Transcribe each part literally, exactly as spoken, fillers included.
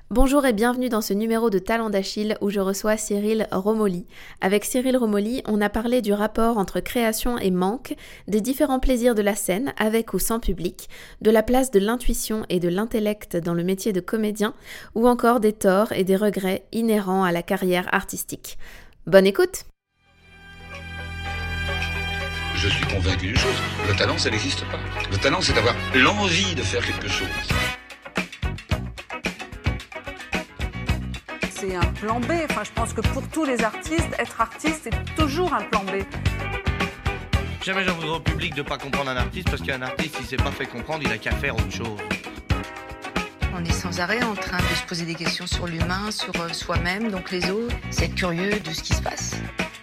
Bonjour et bienvenue dans ce numéro de Talent d'Achille où je reçois Cyril Romoli. Avec Cyril Romoli, on a parlé du rapport entre création et manque, des différents plaisirs de la scène, avec ou sans public, de la place de l'intuition et de l'intellect dans le métier de comédien, ou encore des torts et des regrets inhérents à la carrière artistique. Bonne écoute! Je suis convaincu d'une chose, le talent ça n'existe pas. Le talent c'est d'avoir l'envie de faire quelque chose. C'est un plan B. Enfin, je pense que pour tous les artistes, être artiste, c'est toujours un plan B. Jamais j'en voudrais au public de pas comprendre un artiste, parce qu'un artiste, s'il s'est pas fait comprendre, il a qu'à faire autre chose. On est sans arrêt en train de se poser des questions sur l'humain, sur soi-même, donc les autres. C'est être curieux de ce qui se passe.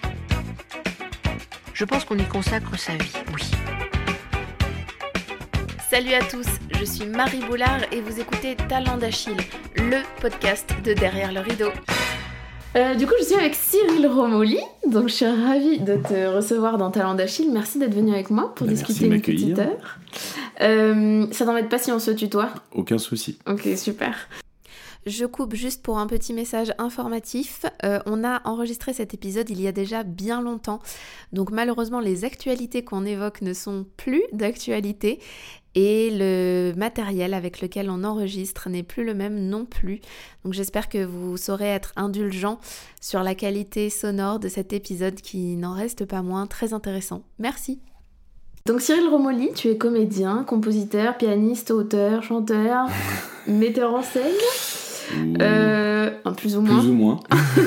Je pense qu'on y consacre sa vie, oui. Salut à tous, je suis Marie Boulard et vous écoutez Talent d'Achille, le podcast de Derrière le rideau. Euh, du coup, je suis avec Cyril Romoli, donc je suis ravie de te recevoir dans Talent d'Achille. Merci d'être venu avec moi pour bah, discuter une petite heure. Euh, ça t'embête pas si on se tutoie ? Aucun souci. Ok, super. Je coupe juste pour un petit message informatif. Euh, on a enregistré cet épisode il y a déjà bien longtemps. Donc malheureusement, les actualités qu'on évoque ne sont plus d'actualité. Et le matériel avec lequel on enregistre n'est plus le même non plus. Donc j'espère que vous saurez être indulgents sur la qualité sonore de cet épisode qui n'en reste pas moins très intéressant. Merci. Donc Cyril Romoli, tu es comédien, compositeur, pianiste, auteur, chanteur, metteur en scène. Euh, plus ou moins. Plus ou moins.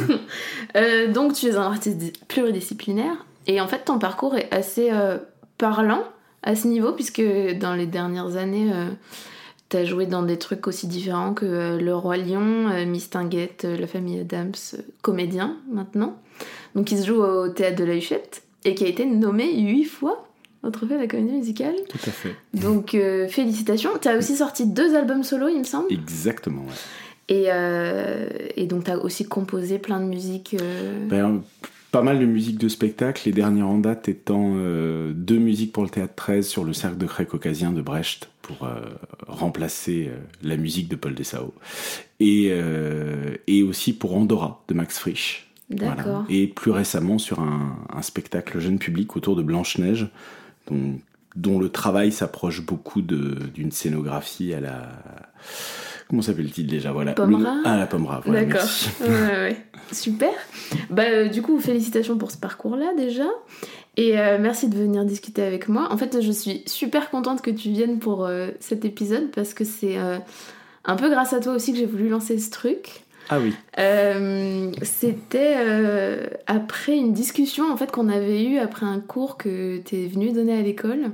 euh, donc tu es un artiste pluridisciplinaire et en fait ton parcours est assez euh, parlant à ce niveau puisque dans les dernières années euh, t'as joué dans des trucs aussi différents que euh, Le Roi Lion, euh, Mistinguett, euh, La Famille Adams, euh, comédien maintenant. Donc il se joue au Théâtre de la Huchette et qui a été nommé huit fois au Trophée de la Comédie Musicale. Tout à fait. Donc euh, félicitations. T'as aussi sorti deux albums solo il me semble. Exactement, ouais. Et, euh, et donc t'as aussi composé plein de musiques euh... ben, pas mal de musiques de spectacle, les dernières en date étant euh, deux musiques pour le Théâtre treize sur le Cercle de Craie caucasien de Brecht pour euh, remplacer euh, la musique de Paul Dessau et, euh, et aussi pour Andorra de Max Frisch. D'accord. Voilà. Et plus récemment sur un, un spectacle jeune public autour de Blanche-Neige dont, dont le travail s'approche beaucoup de, d'une scénographie à la... Comment s'appelle-t-il déjà voilà. Pommera. Le... Ah, la Pommera, voilà. D'accord. Ouais, ouais. Super. Bah, euh, du coup, félicitations pour ce parcours-là déjà. Et euh, merci de venir discuter avec moi. En fait, je suis super contente que tu viennes pour euh, cet épisode parce que c'est euh, un peu grâce à toi aussi que j'ai voulu lancer ce truc. Ah oui. Euh, c'était euh, après une discussion en fait qu'on avait eue après un cours que t'es venu donner à l'école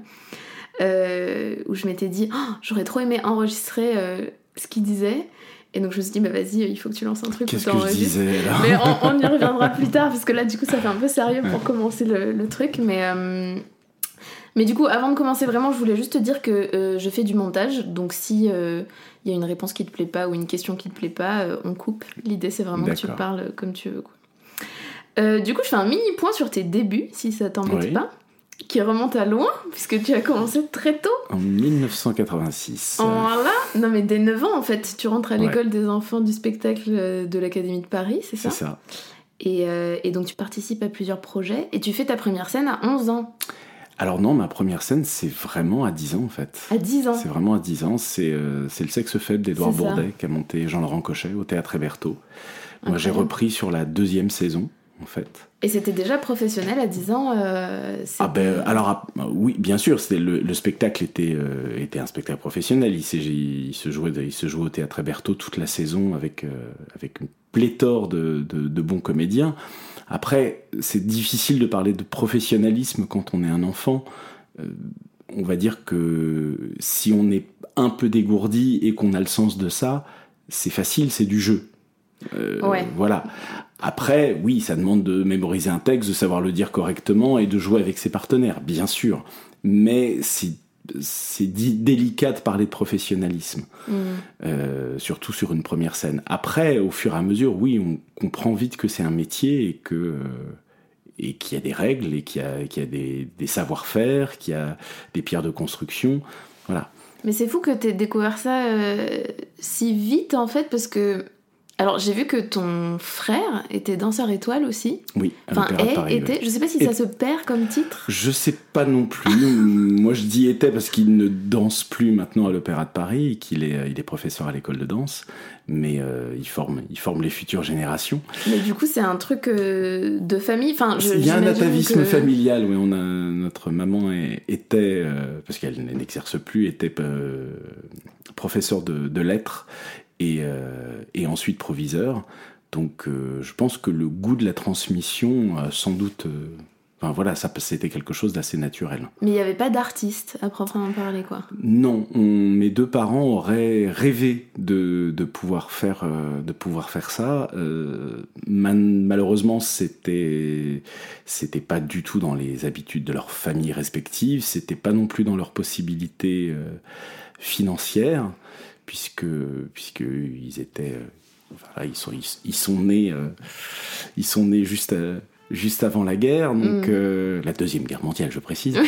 euh, où je m'étais dit oh, j'aurais trop aimé enregistrer euh, ce qu'il disait et donc je me suis dit bah vas-y il faut que tu lances un truc. Qu'est-ce que je disais là mais on, on y reviendra plus tard parce que là du coup ça fait un peu sérieux pour ouais. commencer le, le truc mais euh, mais du coup avant de commencer vraiment je voulais juste te dire que euh, je fais du montage donc si il euh, y a une réponse qui te plaît pas ou une question qui te plaît pas euh, on coupe. L'idée c'est vraiment D'accord. que tu parles comme tu veux quoi. Euh, du coup je fais un mini point sur tes débuts si ça t'embête oui. pas qui remonte à loin, puisque tu as commencé très tôt. En dix-neuf cent quatre-vingt-six. Voilà. Non, mais dès neuf ans, en fait. Tu rentres à l'école ouais. des enfants du spectacle de l'Académie de Paris, c'est ça ? C'est ça. Et, euh, et donc, tu participes à plusieurs projets, et tu fais ta première scène à onze ans. Alors non, ma première scène, c'est vraiment à dix ans, en fait. À dix ans ? C'est vraiment à dix ans. C'est, euh, c'est Le Sexe Faible d'Édouard Bourdet, qui a monté Jean-Laurent Cochet au Théâtre Hébertot. Moi, j'ai repris sur la deuxième saison. En fait. Et c'était déjà professionnel à dix ans euh, Ah ben, alors, oui, bien sûr, c'était le, le spectacle était, euh, était un spectacle professionnel. Il, il, se jouait, il se jouait au Théâtre Hébertot toute la saison avec, euh, avec une pléthore de, de, de bons comédiens. Après, c'est difficile de parler de professionnalisme quand on est un enfant. Euh, on va dire que si on est un peu dégourdi et qu'on a le sens de ça, c'est facile, c'est du jeu. Euh, ouais. Voilà. Après, oui, ça demande de mémoriser un texte, de savoir le dire correctement et de jouer avec ses partenaires, bien sûr. Mais c'est, c'est dit, délicat de parler de professionnalisme, mmh. euh, surtout sur une première scène. Après, au fur et à mesure, oui, on comprend vite que c'est un métier et, que, euh, et qu'il y a des règles, et qu'il y a, qu'il y a des, des savoir-faire, qu'il y a des pierres de construction. Voilà. Mais c'est fou que t'aies découvert ça euh, si vite, en fait, parce que Alors, j'ai vu que ton frère était danseur étoile aussi. Oui, à enfin, l'Opéra de est, Paris. était. Ouais. Je sais pas si Et... ça se perd comme titre. Je sais pas non plus. Moi, je dis était parce qu'il ne danse plus maintenant à l'Opéra de Paris, et qu'il est, il est professeur à l'école de danse, mais euh, il forme, il forme les futures générations. Mais du coup, c'est un truc euh, de famille. Enfin, je, il y a un atavisme que... familial. Oui, on a notre maman est, était, euh, parce qu'elle n'exerce plus, était euh, professeure de, de lettres. Et, euh, et ensuite proviseur. Donc euh, je pense que le goût de la transmission, euh, sans doute, euh, enfin voilà, ça, c'était quelque chose d'assez naturel. Mais il n'y avait pas d'artiste à proprement parler, quoi. Non, on, mes deux parents auraient rêvé de, de, pouvoir, faire, euh, de pouvoir faire ça. Euh, man, malheureusement, c'était, c'était pas du tout dans les habitudes de leurs familles respectives, c'était pas non plus dans leurs possibilités euh, financières. puisque puisque ils étaient euh, voilà, ils sont ils, ils sont nés euh, ils sont nés juste à, juste avant la guerre, donc mmh. euh, la deuxième guerre mondiale, je précise.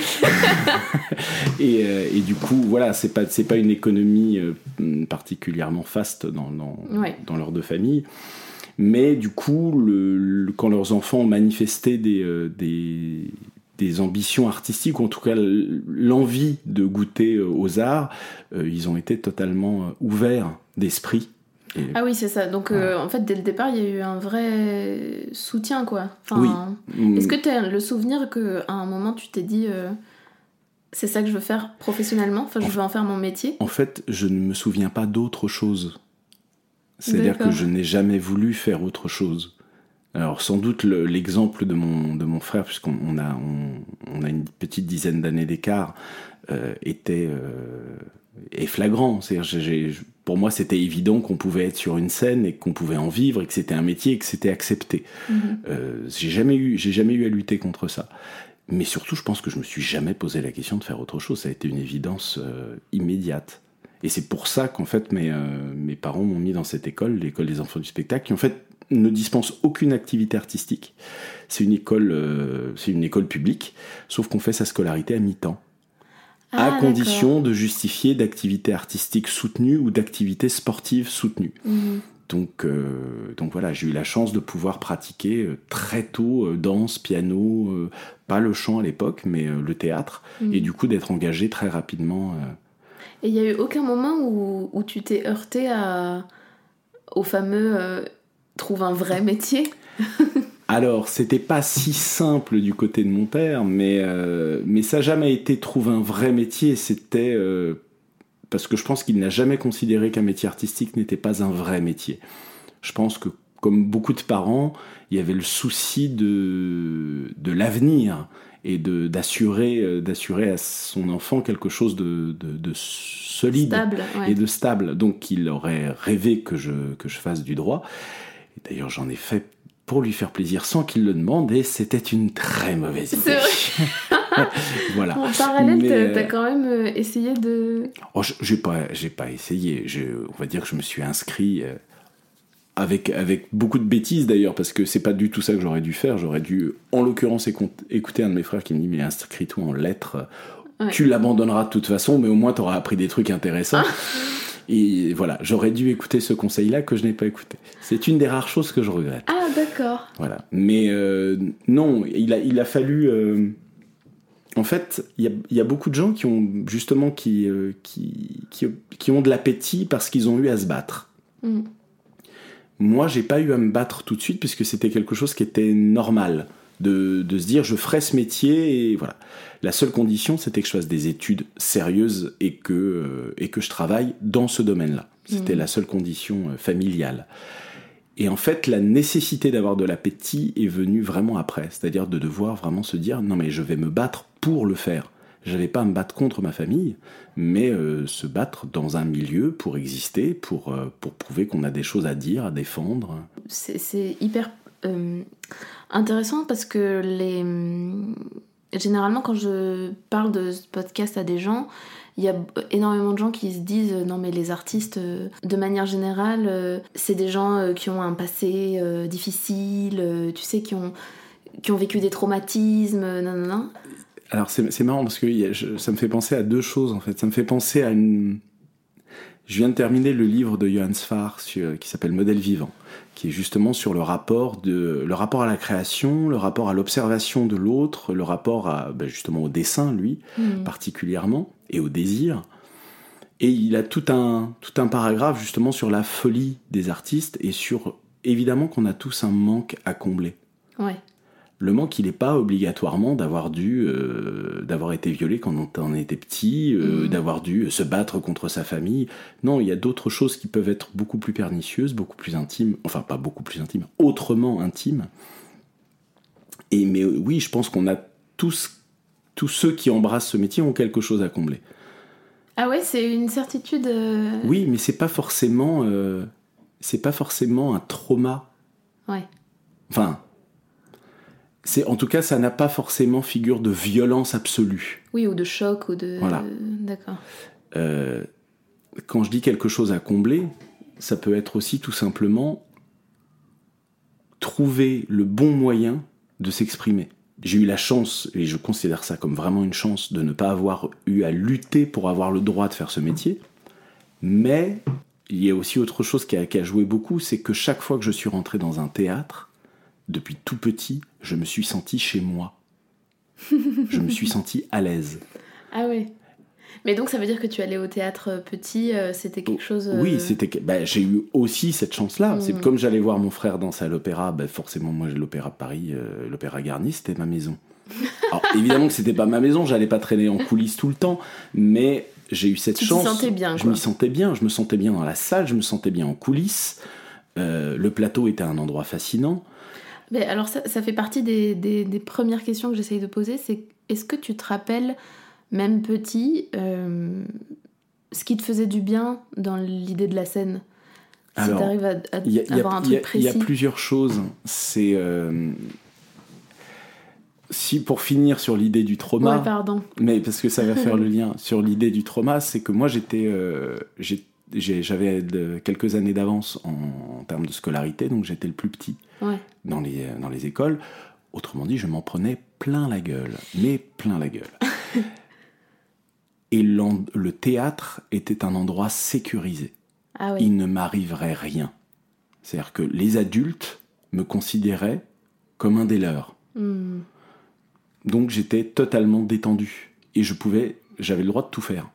et, euh, et du coup, voilà, c'est pas c'est pas une économie euh, particulièrement faste dans dans, ouais. dans leurs deux familles. Mais du coup, le, le, quand leurs enfants ont manifesté des euh, des des ambitions artistiques, ou en tout cas l'envie de goûter aux arts, euh, ils ont été totalement ouverts d'esprit. Et... Ah oui, c'est ça. Donc, euh, ouais. en fait, dès le départ, il y a eu un vrai soutien, quoi. Enfin, oui. Est-ce que tu as le souvenir qu'à un moment, tu t'es dit euh, c'est ça que je veux faire professionnellement, enfin, je veux en faire mon métier? En fait, je ne me souviens pas d'autre chose. C'est-à-dire D'accord. que je n'ai jamais voulu faire autre chose. Alors sans doute le, l'exemple de mon, de mon frère, puisqu'on on a, on, on a une petite dizaine d'années d'écart, euh, était euh, est flagrant. C'est-à-dire, j'ai, j'ai, pour moi, c'était évident qu'on pouvait être sur une scène et qu'on pouvait en vivre et que c'était un métier et que c'était accepté. Mm-hmm. Euh, j'ai jamais eu, j'ai jamais eu à lutter contre ça. Mais surtout, je pense que je me suis jamais posé la question de faire autre chose. Ça a été une évidence euh, immédiate. Et c'est pour ça qu'en fait, mes, euh, mes parents m'ont mis dans cette école, l'école des enfants du spectacle, qui en fait ne dispense aucune activité artistique. C'est une école, euh, c'est une école publique, sauf qu'on fait sa scolarité à mi-temps, ah, à condition d'accord. de justifier d'activités artistiques soutenues ou d'activités sportives soutenues. Mmh. Donc, euh, donc voilà, j'ai eu la chance de pouvoir pratiquer euh, très tôt euh, danse, piano, euh, pas le chant à l'époque, mais euh, le théâtre, mmh. et du coup d'être engagé très rapidement. Euh... Et il n'y a eu aucun moment où, où tu t'es heurté à, au fameux... Euh... trouve un vrai métier? Alors, c'était pas si simple du côté de mon père, mais, euh, mais ça n'a jamais été trouve un vrai métier. C'était euh, parce que je pense qu'il n'a jamais considéré qu'un métier artistique n'était pas un vrai métier. Je pense que, comme beaucoup de parents, il y avait le souci de, de l'avenir et de, d'assurer, d'assurer à son enfant quelque chose de, de, de solide stable, ouais. et de stable. Donc, il aurait rêvé que je, que je fasse du droit. D'ailleurs, j'en ai fait pour lui faire plaisir sans qu'il le demande, et c'était une très mauvaise idée. C'est vrai. Voilà. En parallèle, Mais, t'as, t'as quand même essayé de... Oh, j'ai pas, j'ai pas essayé. Je, on va dire que je me suis inscrit avec, avec beaucoup de bêtises d'ailleurs, parce que c'est pas du tout ça que j'aurais dû faire. J'aurais dû, en l'occurrence, écouter un de mes frères qui me dit « Mais inscris-toi en lettres, ouais. tu l'abandonneras de toute façon, mais au moins t'auras appris des trucs intéressants. Ah. » Et voilà, j'aurais dû écouter ce conseil-là que je n'ai pas écouté. C'est une des rares choses que je regrette. Ah, d'accord. Voilà. Mais euh, non, il a, il a fallu... Euh, en fait, il y a, il y a beaucoup de gens qui ont, justement, qui, euh, qui, qui, qui ont de l'appétit parce qu'ils ont eu à se battre. Mm. Moi, j'ai pas eu à me battre tout de suite puisque c'était quelque chose qui était normal. De, de se dire, je ferai ce métier et voilà. La seule condition, c'était que je fasse des études sérieuses et que, euh, et que je travaille dans ce domaine-là. C'était mmh. la seule condition euh, familiale. Et en fait, la nécessité d'avoir de l'appétit est venue vraiment après. C'est-à-dire de devoir vraiment se dire, non mais je vais me battre pour le faire. J'avais pas à me battre contre ma famille, mais euh, se battre dans un milieu pour exister, pour, euh, pour prouver qu'on a des choses à dire, à défendre. C'est, c'est hyper... Euh... intéressant parce que les... généralement quand je parle de ce podcast à des gens, il y a énormément de gens qui se disent non mais les artistes de manière générale c'est des gens qui ont un passé difficile, tu sais, qui ont, qui ont vécu des traumatismes, non, non, non. Alors c'est, c'est marrant parce que ça me fait penser à deux choses en fait. Ça me fait penser à une... Je viens de terminer le livre de Johann Sfar sur, qui s'appelle Modèle vivant, qui est justement sur le rapport, de, le rapport à la création, le rapport à l'observation de l'autre, le rapport à, ben justement au dessin, lui, mmh. particulièrement, et au désir. Et il a tout un, tout un paragraphe justement sur la folie des artistes et sur, évidemment, qu'on a tous un manque à combler. Ouais. Le manque, il n'est pas obligatoirement d'avoir dû, euh, d'avoir été violé quand on était petit, euh, mmh. d'avoir dû se battre contre sa famille. Non, il y a d'autres choses qui peuvent être beaucoup plus pernicieuses, beaucoup plus intimes, enfin pas beaucoup plus intimes, autrement intimes. Et mais oui, je pense qu'on a tous, tous ceux qui embrassent ce métier ont quelque chose à combler. Ah ouais, c'est une certitude. Euh... Oui, mais c'est pas forcément, euh, c'est pas forcément un trauma. Ouais. Enfin. C'est, en tout cas, ça n'a pas forcément figure de violence absolue. Oui, ou de choc, ou de... Voilà. D'accord. Euh, quand je dis quelque chose à combler, ça peut être aussi tout simplement trouver le bon moyen de s'exprimer. J'ai eu la chance, et je considère ça comme vraiment une chance, de ne pas avoir eu à lutter pour avoir le droit de faire ce métier. Mais il y a aussi autre chose qui a, qui a joué beaucoup, c'est que chaque fois que je suis rentré dans un théâtre, depuis tout petit, je me suis senti chez moi. Je me suis senti à l'aise. Ah oui. Mais donc ça veut dire que tu allais au théâtre petit, euh, c'était quelque chose... Euh... Oui, c'était, bah, j'ai eu aussi cette chance-là. Mmh. C'est comme j'allais voir mon frère danser à l'opéra, bah, forcément moi l'opéra de Paris, euh, l'opéra Garnier, c'était ma maison. Alors évidemment que c'était pas ma maison, j'allais pas traîner en coulisses tout le temps, mais j'ai eu cette tu chance. Tu t'y sentais bien, Je quoi. m'y sentais bien, je me sentais bien dans la salle, je me sentais bien en coulisses. Euh, le plateau était un endroit fascinant. Mais alors ça, ça fait partie des, des, des premières questions que j'essaye de poser, c'est est-ce que tu te rappelles, même petit, euh, ce qui te faisait du bien dans l'idée de la scène ? Si tu arrives à, à y a, avoir y a, un truc y a, précis. Il y a plusieurs choses. C'est... Euh, si pour finir sur l'idée du trauma... Ouais, pardon. Mais parce que ça va faire le lien sur l'idée du trauma, c'est que moi j'étais... Euh, j'ai, j'ai, j'avais de, quelques années d'avance en, en termes de scolarité, donc j'étais le plus petit. Ouais. Dans les, dans les écoles. Autrement dit, je m'en prenais plein la gueule. Mais plein la gueule. Et le théâtre était un endroit sécurisé. Ah oui. Il ne m'arriverait rien. C'est-à-dire que les adultes me considéraient comme un des leurs. Mm. Donc j'étais totalement détendu. Et je pouvais, j'avais le droit de tout faire.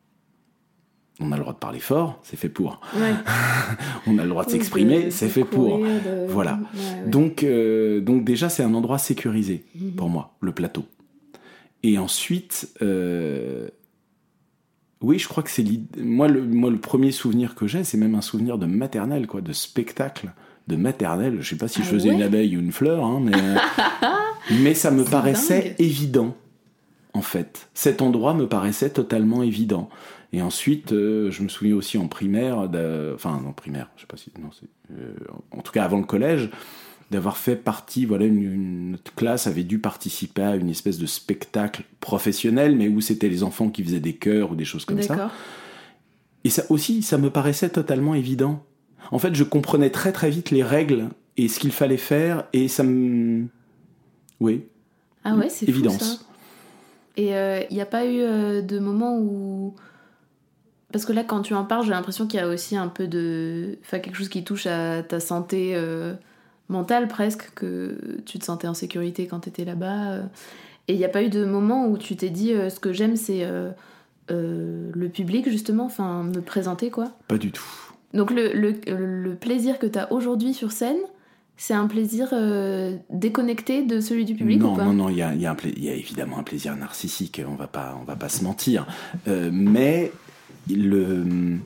On a le droit de parler fort, c'est fait pour. Ouais. On a le droit de oui, s'exprimer, de, c'est de fait pour. De... Voilà. Ouais, ouais. Donc, euh, donc déjà, c'est un endroit sécurisé mm-hmm. pour moi, le plateau. Et ensuite, euh... oui, je crois que c'est l'idée... Moi le, moi, le premier souvenir que j'ai, c'est même un souvenir de maternelle, quoi, de spectacle de maternelle. Je sais pas si je faisais ah ouais une abeille ou une fleur, hein, mais, mais ça me c'est paraissait dingue. Évident, en fait. Cet endroit me paraissait totalement évident. Et ensuite, euh, je me souviens aussi en primaire, enfin en primaire, je sais pas si, non, c'est, euh, en tout cas avant le collège, d'avoir fait partie, voilà, une, une, notre classe avait dû participer à une espèce de spectacle professionnel, mais où c'était les enfants qui faisaient des chœurs ou des choses comme D'accord. ça. Et ça aussi, ça me paraissait totalement évident. En fait, je comprenais très très vite les règles et ce qu'il fallait faire, et ça me... Oui. Ah ouais, c'est évidence. Fou, ça. Et il euh, n'y a pas eu euh, de moment où... Parce que là, quand tu en parles, j'ai l'impression qu'il y a aussi un peu de... Enfin, quelque chose qui touche à ta santé euh, mentale, presque, que tu te sentais en sécurité quand tu étais là-bas. Euh. Et il n'y a pas eu de moment où tu t'es dit, euh, ce que j'aime, c'est euh, euh, le public, justement, enfin, me présenter, quoi. Pas du tout. Donc, le, le, le plaisir que tu as aujourd'hui sur scène, c'est un plaisir euh, déconnecté de celui du public non, ou pas ? Non, non, il y a, y, a pla- y a évidemment un plaisir narcissique, on va pas, on va pas se mentir. Euh, mais... Le...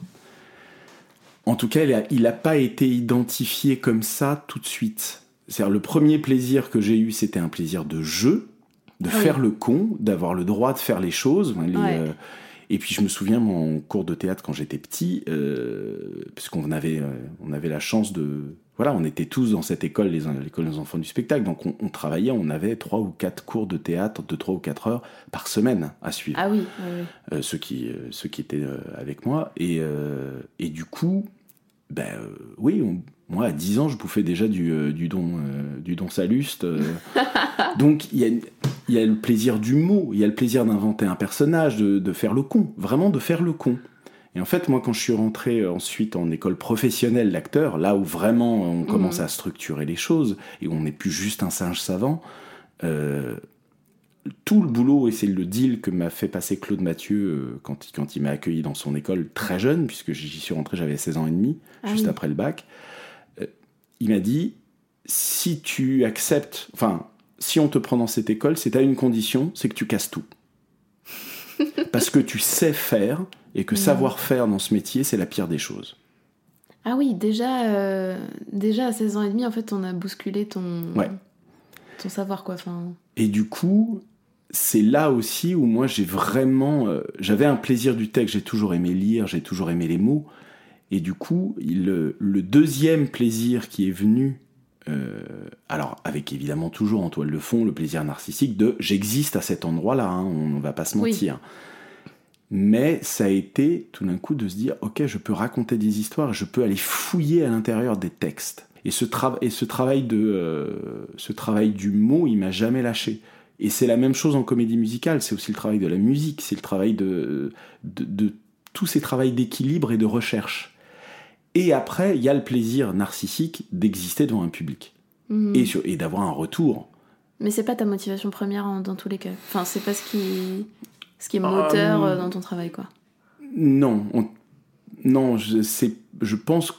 En tout cas, il n'a pas été identifié comme ça tout de suite. C'est-à-dire, le premier plaisir que j'ai eu, c'était un plaisir de jeu, de ah faire oui. le con, d'avoir le droit de faire les choses. Les, ouais. euh... Et puis, je me souviens, mon cours de théâtre, quand j'étais petit, euh... puisqu'on avait, euh, on avait la chance de... Voilà, on était tous dans cette école, les, l'école des enfants du spectacle, donc on, on travaillait, on avait trois ou quatre cours de théâtre de trois ou quatre heures par semaine à suivre. Ah oui, oui, oui. Euh, ceux, qui, euh, ceux qui étaient euh, avec moi. Et, euh, et du coup, ben, euh, oui, on, moi à dix ans, je bouffais déjà du, euh, du, don, euh, du don saluste. Euh. Donc il y a, y a le plaisir du mot, il y a le plaisir d'inventer un personnage, de, de faire le con, vraiment de faire le con. Et en fait, moi, quand je suis rentré ensuite en école professionnelle d'acteur, là où vraiment on commence mmh. à structurer les choses, et où on n'est plus juste un singe savant, euh, tout le boulot, et c'est le deal que m'a fait passer Claude Mathieu euh, quand, il, quand il m'a accueilli dans son école très jeune, puisque j'y suis rentré, j'avais seize ans et demi, ah juste oui. après le bac, euh, il m'a dit, si tu acceptes, enfin, si on te prend dans cette école, c'est à une condition, c'est que tu casses tout. Parce que tu sais faire, et que mmh. savoir faire dans ce métier, c'est la pire des choses. Ah oui, déjà, euh, déjà à seize ans et demi, en fait, on a bousculé ton, ouais. ton savoir, quoi. Enfin... Et du coup, c'est là aussi où moi, j'ai vraiment... Euh, j'avais un plaisir du texte, j'ai toujours aimé lire, j'ai toujours aimé les mots. Et du coup, il, le deuxième plaisir qui est venu, euh, alors avec évidemment toujours en toile de fond le plaisir narcissique de « j'existe à cet endroit-là hein, », on ne va pas se mentir. Oui. Mais ça a été tout d'un coup de se dire « ok, je peux raconter des histoires, je peux aller fouiller à l'intérieur des textes ». Et ce, tra- et ce, travail de, euh, ce travail du mot, il m'a jamais lâché. Et c'est la même chose en comédie musicale, c'est aussi le travail de la musique, c'est le travail de, de, de tous ces travails d'équilibre et de recherche. Et après, il y a le plaisir narcissique d'exister devant un public. Mmh. Et, sur, et d'avoir un retour. Mais c'est pas ta motivation première en, dans tous les cas. Enfin, c'est pas ce qui... Ce qui est moteur euh, dans ton travail, quoi. Non, on, non, je, c'est, je pense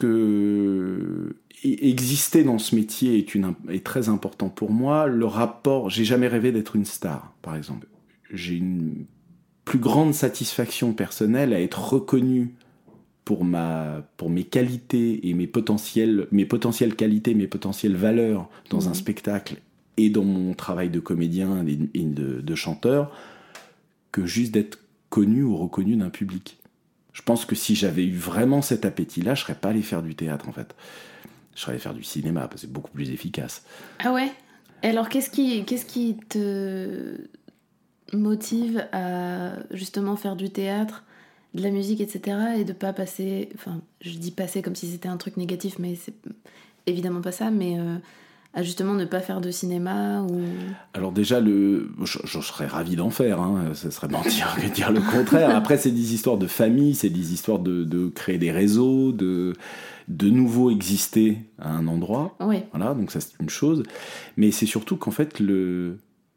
que exister dans ce métier est, une, est très important pour moi. Le rapport, j'ai jamais rêvé d'être une star, par exemple. J'ai une plus grande satisfaction personnelle à être reconnu pour ma, pour mes qualités et mes potentielles, mes potentielles qualités, mes potentielles valeurs dans mmh. un spectacle et dans mon travail de comédien et de, de chanteur, que juste d'être connu ou reconnu d'un public. Je pense que si j'avais eu vraiment cet appétit-là, je serais pas allé faire du théâtre, en fait. Je serais allé faire du cinéma, parce que c'est beaucoup plus efficace. Ah ouais ? Et alors, qu'est-ce qui, qu'est-ce qui te motive à, justement, faire du théâtre, de la musique, et cetera, et de pas passer... Enfin, je dis passer comme si c'était un truc négatif, mais c'est évidemment pas ça, mais... Euh, à justement ne pas faire de cinéma ou... Alors déjà, le... je, je serais ravi d'en faire, hein. Ça serait mentir que dire le contraire. Après, c'est des histoires de famille, c'est des histoires de, de créer des réseaux, de, de nouveau exister à un endroit. Oui. Voilà, donc ça c'est une chose. Mais c'est surtout qu'en fait, le...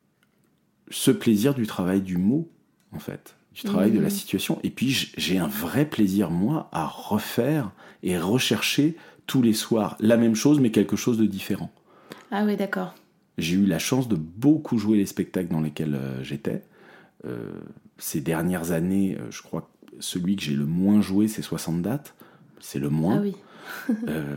ce plaisir du travail du mot, en fait, du travail mmh. de la situation. Et puis, j'ai un vrai plaisir, moi, à refaire et rechercher tous les soirs la même chose, mais quelque chose de différent. Ah oui, d'accord. J'ai eu la chance de beaucoup jouer les spectacles dans lesquels euh, j'étais. Euh, ces dernières années, euh, je crois que celui que j'ai le moins joué, c'est soixante dates. C'est le moins. Ah oui. euh,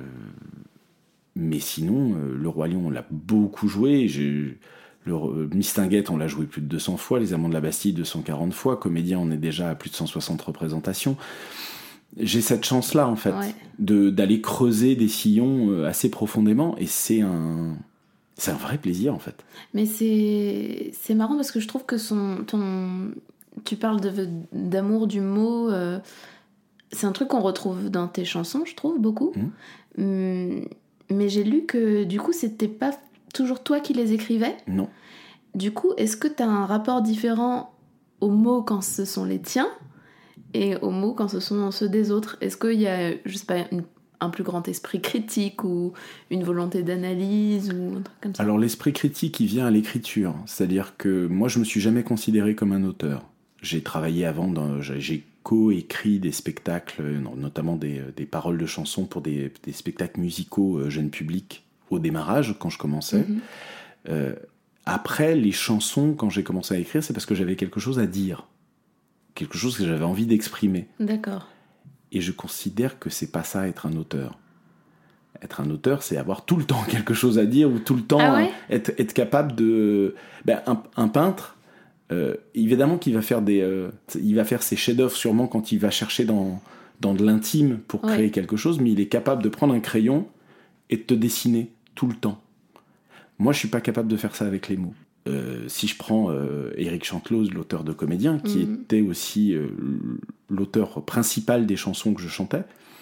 mais sinon, euh, Le Roi Lion, on l'a beaucoup joué. J'ai, le, euh, Mistinguett, on l'a joué plus de deux cents fois. Les Amants de la Bastille, deux cent quarante fois. Comédien, on est déjà à plus de cent soixante représentations. J'ai cette chance-là, en fait, ouais. de, d'aller creuser des sillons euh, assez profondément. Et c'est un... C'est un vrai plaisir, en fait. Mais c'est, c'est marrant parce que je trouve que son, ton... tu parles de, d'amour du mot. Euh... C'est un truc qu'on retrouve dans tes chansons, je trouve, beaucoup. Mmh. Hum, mais j'ai lu que, du coup, c'était pas toujours toi qui les écrivais. Non. Du coup, est-ce que t'as un rapport différent aux mots quand ce sont les tiens et aux mots quand ce sont ceux des autres ? Est-ce qu'il y a, je sais pas, une un plus grand esprit critique ou une volonté d'analyse ou un truc comme ça? Alors l'esprit critique, il vient à l'écriture. C'est-à-dire que moi, je me suis jamais considéré comme un auteur. J'ai travaillé avant, dans, j'ai co-écrit des spectacles, notamment des, des paroles de chansons pour des, des spectacles musicaux euh, jeunes publics au démarrage, quand je commençais. Mm-hmm. Euh, après, les chansons, quand j'ai commencé à écrire, c'est parce que j'avais quelque chose à dire. Quelque chose que j'avais envie d'exprimer. D'accord. Et je considère que c'est pas ça, être un auteur. Être un auteur, c'est avoir tout le temps quelque chose à dire, ou tout le temps ah ouais être, être capable de... Ben, un, un peintre, euh, évidemment qu'il va faire des... Euh, il va faire ses chefs-d'œuvre sûrement quand il va chercher dans, dans de l'intime pour ouais. créer quelque chose, mais il est capable de prendre un crayon et de te dessiner tout le temps. Moi, je suis pas capable de faire ça avec les mots. Euh, si je prends euh, Éric Chanteloz, l'auteur de Comédien, qui mmh. était aussi euh, l'auteur principal des chansons que je chantais,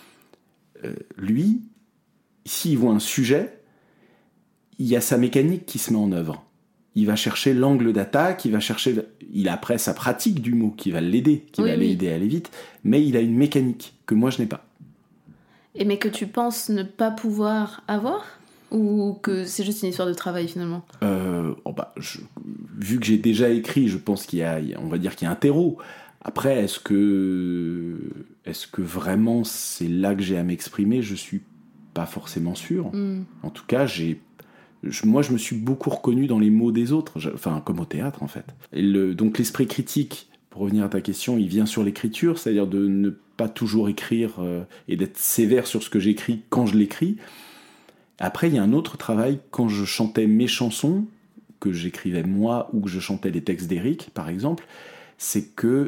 euh, lui, s'il voit un sujet, il y a sa mécanique qui se met en œuvre. il va chercher l'angle d'attaque, il va chercher, il a après sa pratique du mot qui va l'aider, qui Oui, va oui. l'aider à aller vite, mais il a une mécanique que moi je n'ai pas. Et mais que tu penses ne pas pouvoir avoir ? Ou que c'est juste une histoire de travail finalement ? Euh, oh bah, je- vu que j'ai déjà écrit, je pense qu'il y a, il y a- on va dire qu'il y a un terreau. Après, est-ce que, est-ce que vraiment c'est là que j'ai à m'exprimer ? Je suis pas forcément sûr. Mm. En tout cas, j'ai, je- moi, je me suis beaucoup reconnu dans les mots des autres, je- enfin, comme au théâtre en fait. Et le, donc l'esprit critique, pour revenir à ta question, il vient sur l'écriture, c'est-à-dire de ne pas toujours écrire euh, et d'être sévère sur ce que j'écris quand je l'écris. Après, il y a un autre travail, quand je chantais mes chansons, que j'écrivais moi, ou que je chantais les textes d'Éric, par exemple, c'est que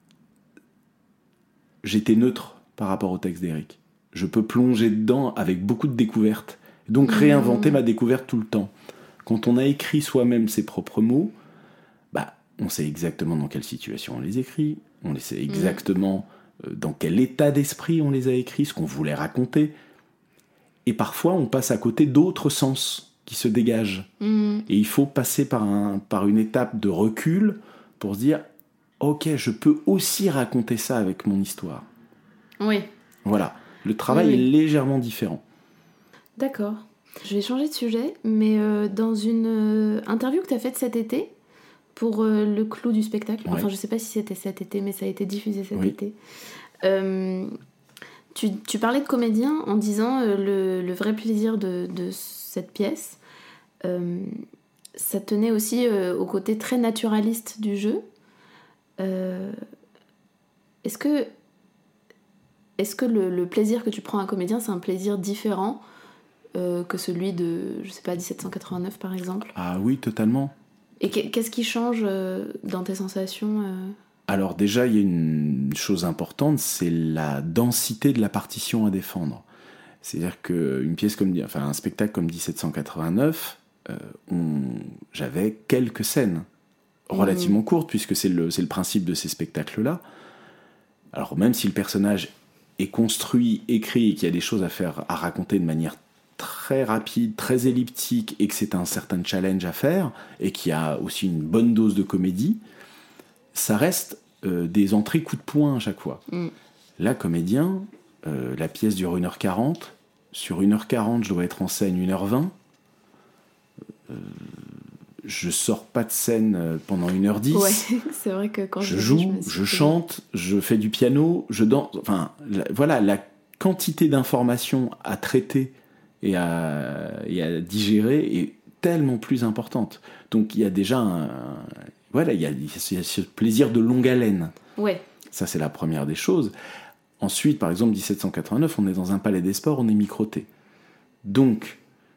j'étais neutre par rapport au texte d'Éric. Je peux plonger dedans avec beaucoup de découvertes, donc réinventer ma découverte tout le temps. Quand on a écrit soi-même ses propres mots, bah, on sait exactement dans quelle situation on les écrit, on sait exactement euh, dans quel état d'esprit on les a écrits, ce qu'on voulait raconter. Et parfois, on passe à côté d'autres sens qui se dégagent. Mm. Et il faut passer par, un, par une étape de recul pour se dire « Ok, je peux aussi raconter ça avec mon histoire. Oui, » Voilà. Le travail Oui, oui. est légèrement différent. d'accord. Je vais changer de sujet, mais euh, dans une euh, interview que tu as faite cet été, pour euh, le clou du spectacle, Ouais. enfin je sais pas si c'était cet été, mais ça a été diffusé cet Oui. été, euh, tu, tu parlais de comédien en disant euh, le, le vrai plaisir de, de cette pièce, euh, ça tenait aussi euh, au côté très naturaliste du jeu. Euh, est-ce que, est-ce que le, le plaisir que tu prends à un comédien, c'est un plaisir différent euh, que celui de, je sais pas, dix-sept cent quatre-vingt-neuf par exemple ? Ah oui, totalement. Et qu'est- qu'est-ce qui change euh, dans tes sensations euh Alors déjà, il y a une chose importante, c'est la densité de la partition à défendre. C'est-à-dire qu'une pièce comme, enfin un spectacle comme dix-sept cent quatre-vingt-neuf, euh, on- j'avais quelques scènes relativement courtes, puisque c'est le, c'est le principe de ces spectacles-là. Alors même si le personnage est construit, écrit, et qu'il y a des choses à faire, à raconter de manière très rapide, très elliptique, et que c'est un certain challenge à faire, et qu'il y a aussi une bonne dose de comédie, ça reste euh, des entrées coup de poing à chaque fois. Mm. Là, comédien, euh, la pièce dure une heure quarante. Sur une heure quarante, je dois être en scène une heure vingt. Euh, je sors pas de scène euh, pendant une heure dix. Ouais, c'est vrai que quand Je je, l'ai joue, vu, me suis je dit- chante, je fais du piano, je danse. Enfin, la- voilà, la quantité d'informations à traiter et à, et à digérer est tellement plus importante. Donc il y a déjà un, voilà, il y a, il y a ce plaisir de longue haleine. Ouais, Ça, c'est la première des choses. Ensuite, par exemple, dix-sept cent quatre-vingt-neuf, on est dans un palais des sports, on est microté. Donc,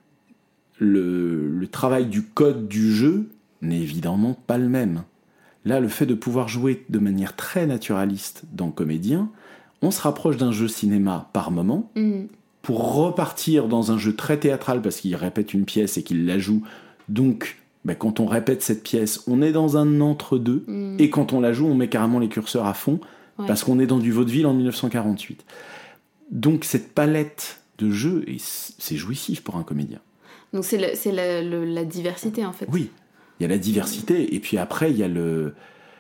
le, le travail du code du jeu n'est évidemment pas le même. Là, le fait de pouvoir jouer de manière très naturaliste dans Comédien, on se rapproche d'un jeu cinéma par moment, mm. pour repartir dans un jeu très théâtral parce qu'il répète une pièce et qu'il la joue. Donc, ben, quand on répète cette pièce, on est dans un entre-deux, Mm. et quand on la joue, on met carrément les curseurs à fond, Ouais. parce qu'on est dans du vaudeville en dix-neuf cent quarante-huit. Donc cette palette de jeux, et c'est jouissif pour un comédien. Donc c'est, le- c'est la, le- la diversité en fait. Oui, il y a la diversité, et puis après, il y a le...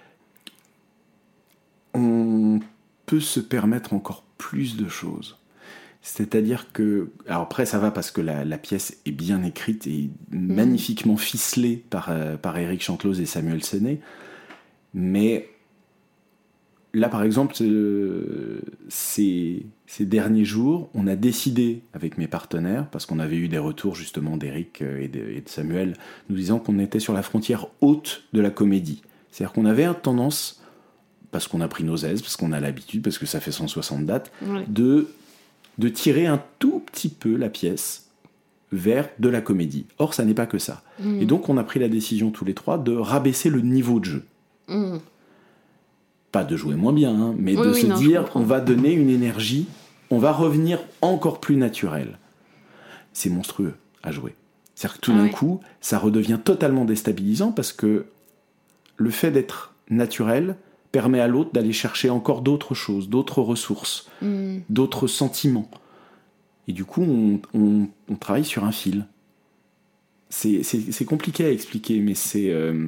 On peut se permettre encore plus de choses. C'est-à-dire que... Alors après, ça va parce que la, la pièce est bien écrite et magnifiquement ficelée par, euh, par Éric Chantelauz et Samuel Senet. Mais là, par exemple, euh, ces, ces derniers jours, on a décidé avec mes partenaires, parce qu'on avait eu des retours justement d'Éric et de, et de Samuel, nous disant qu'on était sur la frontière haute de la comédie. C'est-à-dire qu'on avait tendance, parce qu'on a pris nos aises, parce qu'on a l'habitude, parce que ça fait cent soixante dates, Ouais. de, de tirer un tout petit peu la pièce vers de la comédie. Or, ça n'est pas que ça. Mm. Et donc, on a pris la décision tous les trois de rabaisser le niveau de jeu. Mm. Pas de jouer moins bien, hein, mais Oui, de oui, se non, je dire, comprends. on va donner une énergie, on va revenir encore plus naturel. C'est monstrueux à jouer. C'est-à-dire que tout Ah d'un oui. coup, ça redevient totalement déstabilisant parce que le fait d'être naturel permet à l'autre d'aller chercher encore d'autres choses, d'autres ressources, Mm. d'autres sentiments. Et du coup, on, on- on travaille sur un fil. c'est, c'est, c'est compliqué à expliquer, mais c'est... Euh...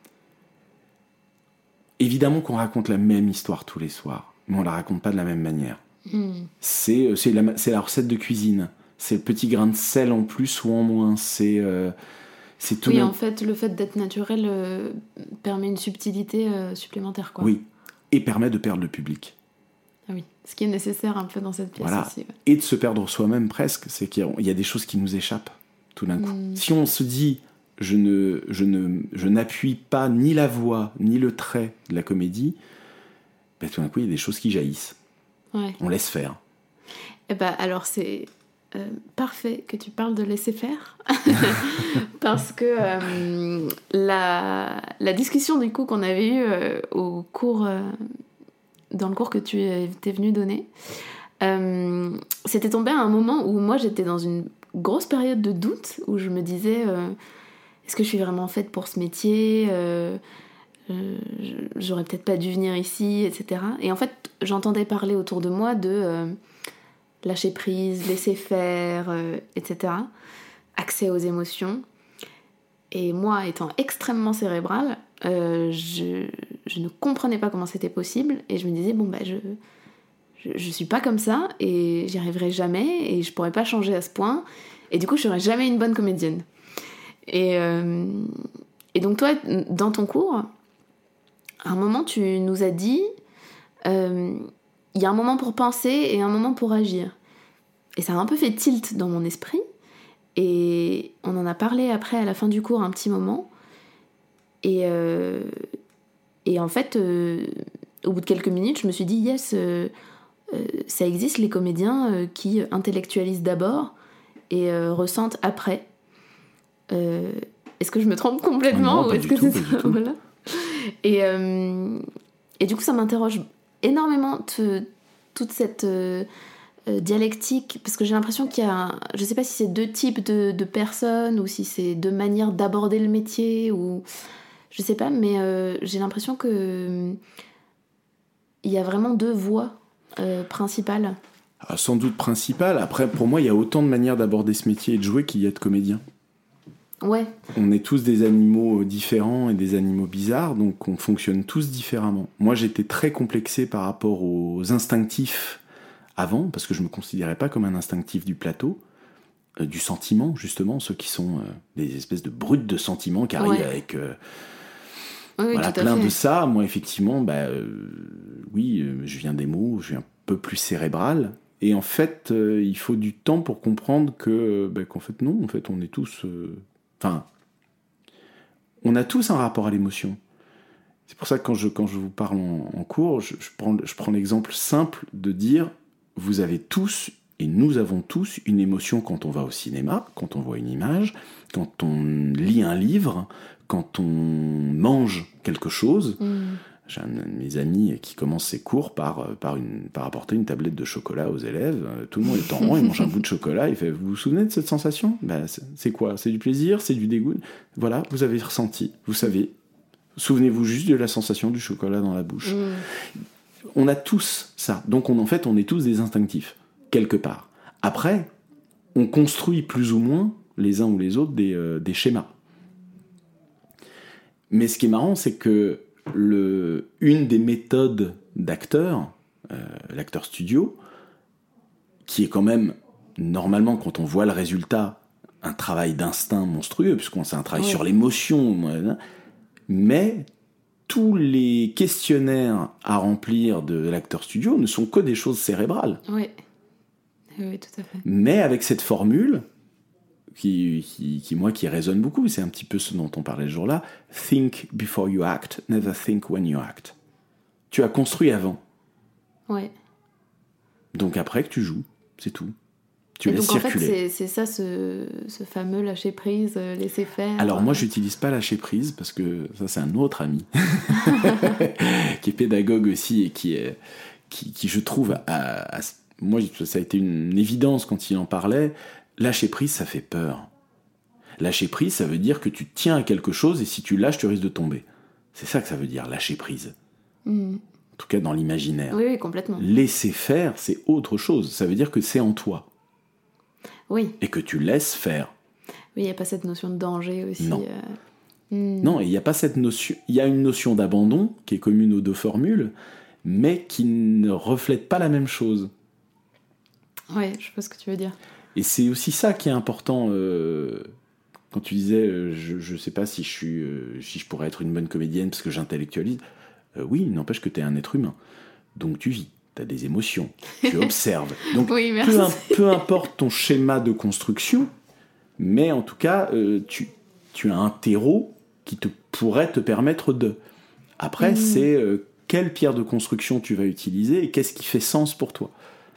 Évidemment qu'on raconte la même histoire tous les soirs, mais on la raconte pas de la même manière. Mm. C'est, c'est, la, c'est la recette de cuisine. C'est le petit grain de sel en plus ou en moins. C'est, euh, c'est tout. Oui, même... en fait, le fait d'être naturel euh, permet une subtilité euh, supplémentaire, quoi. Oui, et permet de perdre le public. Ah oui, ce qui est nécessaire un peu dans cette pièce voilà. aussi. Ouais. Et de se perdre soi-même presque. C'est qu'il y a, il y a des choses qui nous échappent tout d'un coup. Mm. Si on se dit, je, ne, je, ne, je n'appuie pas ni la voix, ni le trait de la comédie, ben, tout d'un coup, il y a des choses qui jaillissent. Ouais. On laisse faire. Eh ben, alors, c'est euh, parfait que tu parles de laisser faire. Parce que euh, la, la discussion du coup qu'on avait eue euh, au cours, euh, dans le cours que tu étais venu donner, euh, c'était tombé à un moment où moi j'étais dans une grosse période de doute, où je me disais euh, est-ce que je suis vraiment faite pour ce métier euh, euh, j'aurais peut-être pas dû venir ici, et cetera. Et en fait, j'entendais parler autour de moi de euh, lâcher prise, laisser faire, euh, et cetera. Accès aux émotions. Et moi, étant extrêmement cérébrale, euh, je, je ne comprenais pas comment c'était possible. Et je me disais, bon, bah, je, je, je suis pas comme ça, et j'y arriverai jamais, et je pourrais pas changer à ce point. Et du coup, je serai jamais une bonne comédienne. Et, euh, et donc, toi, dans ton cours, à un moment, tu nous as dit, euh, il y a un moment pour penser et un moment pour agir. Et ça a un peu fait tilt dans mon esprit. Et on en a parlé après, à la fin du cours, un petit moment. Et, euh, et en fait, euh, au bout de quelques minutes, je me suis dit, yes, euh, euh, ça existe, les comédiens euh, qui intellectualisent d'abord et euh, ressentent après. Euh, est-ce que je me trompe complètement, non, ou est-ce que c'est ça ? Voilà. Et, euh, et du coup, ça m'interroge énormément te, toute cette euh, euh, dialectique, parce que j'ai l'impression qu'il y a, je sais pas si c'est deux types de, de personnes, ou si c'est deux manières d'aborder le métier, ou je sais pas, mais euh, j'ai l'impression que euh, il y a vraiment deux voies euh, principales. Ah, sans doute principales. Après, pour moi, il y a autant de manières d'aborder ce métier et de jouer qu'il y a de comédiens. Ouais. On est tous des animaux différents et des animaux bizarres, donc on fonctionne tous différemment. Moi, j'étais très complexé par rapport aux instinctifs avant, parce que je me considérais pas comme un instinctif du plateau, euh, du sentiment, justement, ceux qui sont euh, des espèces de brutes de sentiments qui arrivent ouais. avec euh, oui, oui, voilà, plein de ça. Moi, effectivement, bah, euh, oui, euh, je viens des mots, je suis un peu plus cérébral. Et en fait, euh, il faut du temps pour comprendre que, bah, qu'en fait, non, en fait, on est tous... Euh, Enfin, on a tous un rapport à l'émotion. C'est pour ça que quand je, quand je vous parle en, en cours, je, je, prends, je prends l'exemple simple de dire, vous avez tous, et nous avons tous, une émotion quand on va au cinéma, quand on voit une image, quand on lit un livre, quand on mange quelque chose. Mmh. J'ai un de mes amis qui commence ses cours par, par, une, par apporter une tablette de chocolat aux élèves. Tout le monde est en rond, il mange un bout de chocolat, il fait « Vous vous souvenez de cette sensation ?» Ben, c'est, c'est quoi ? C'est du plaisir ? C'est du dégoût ? Voilà, vous avez ressenti, vous savez. Souvenez-vous juste de la sensation du chocolat dans la bouche. Mmh. On a tous ça. Donc on, en fait, on est tous des instinctifs, quelque part. Après, on construit plus ou moins, les uns ou les autres, des, euh, des schémas. Mais ce qui est marrant, c'est que Le, une des méthodes d'acteur, euh, l'acteur studio, qui est quand même, normalement, quand on voit le résultat, un travail d'instinct monstrueux, puisqu'on c'est un travail ouais. sur l'émotion, mais tous les questionnaires à remplir de l'acteur studio ne sont que des choses cérébrales. Oui, oui, tout à fait. Mais avec cette formule... Qui, qui, qui, moi, qui résonne beaucoup, c'est un petit peu ce dont on parlait ce jour-là. Think before you act, never think when you act. Tu as construit avant. Ouais. Donc après que tu joues, c'est tout. Tu Et laisses donc circuler. en fait, c'est, c'est ça, ce, ce fameux lâcher prise, euh, laisser faire. Alors moi, j'utilise pas lâcher prise parce que ça, c'est un autre ami qui est pédagogue aussi et qui est, qui, qui je trouve, à, à, moi, ça a été une évidence quand il en parlait. Lâcher prise, ça fait peur. Lâcher prise, ça veut dire que tu tiens à quelque chose et si tu lâches, tu risques de tomber. C'est ça que ça veut dire, lâcher prise. Mmh. En tout cas, dans l'imaginaire. Oui, oui, complètement. Laisser faire, c'est autre chose. Ça veut dire que c'est en toi. Oui. Et que tu laisses faire. Oui, il n'y a pas cette notion de danger aussi. Non. Euh... Hmm. Non, et il n'y a pas cette notion. Il y a une notion d'abandon qui est commune aux deux formules, mais qui ne reflète pas la même chose. Ouais, je vois ce que tu veux dire. Et c'est aussi ça qui est important. Euh, quand tu disais, euh, je ne sais pas si je, suis, euh, si je pourrais être une bonne comédienne parce que j'intellectualise. Euh, oui, il n'empêche que tu es un être humain. Donc tu vis, tu as des émotions, tu observes. Donc oui, peu, un, peu importe ton schéma de construction, mais en tout cas, euh, tu, tu as un terreau qui te, pourrait te permettre de. Après, mmh. c'est euh, quelle pierre de construction tu vas utiliser et qu'est-ce qui fait sens pour toi.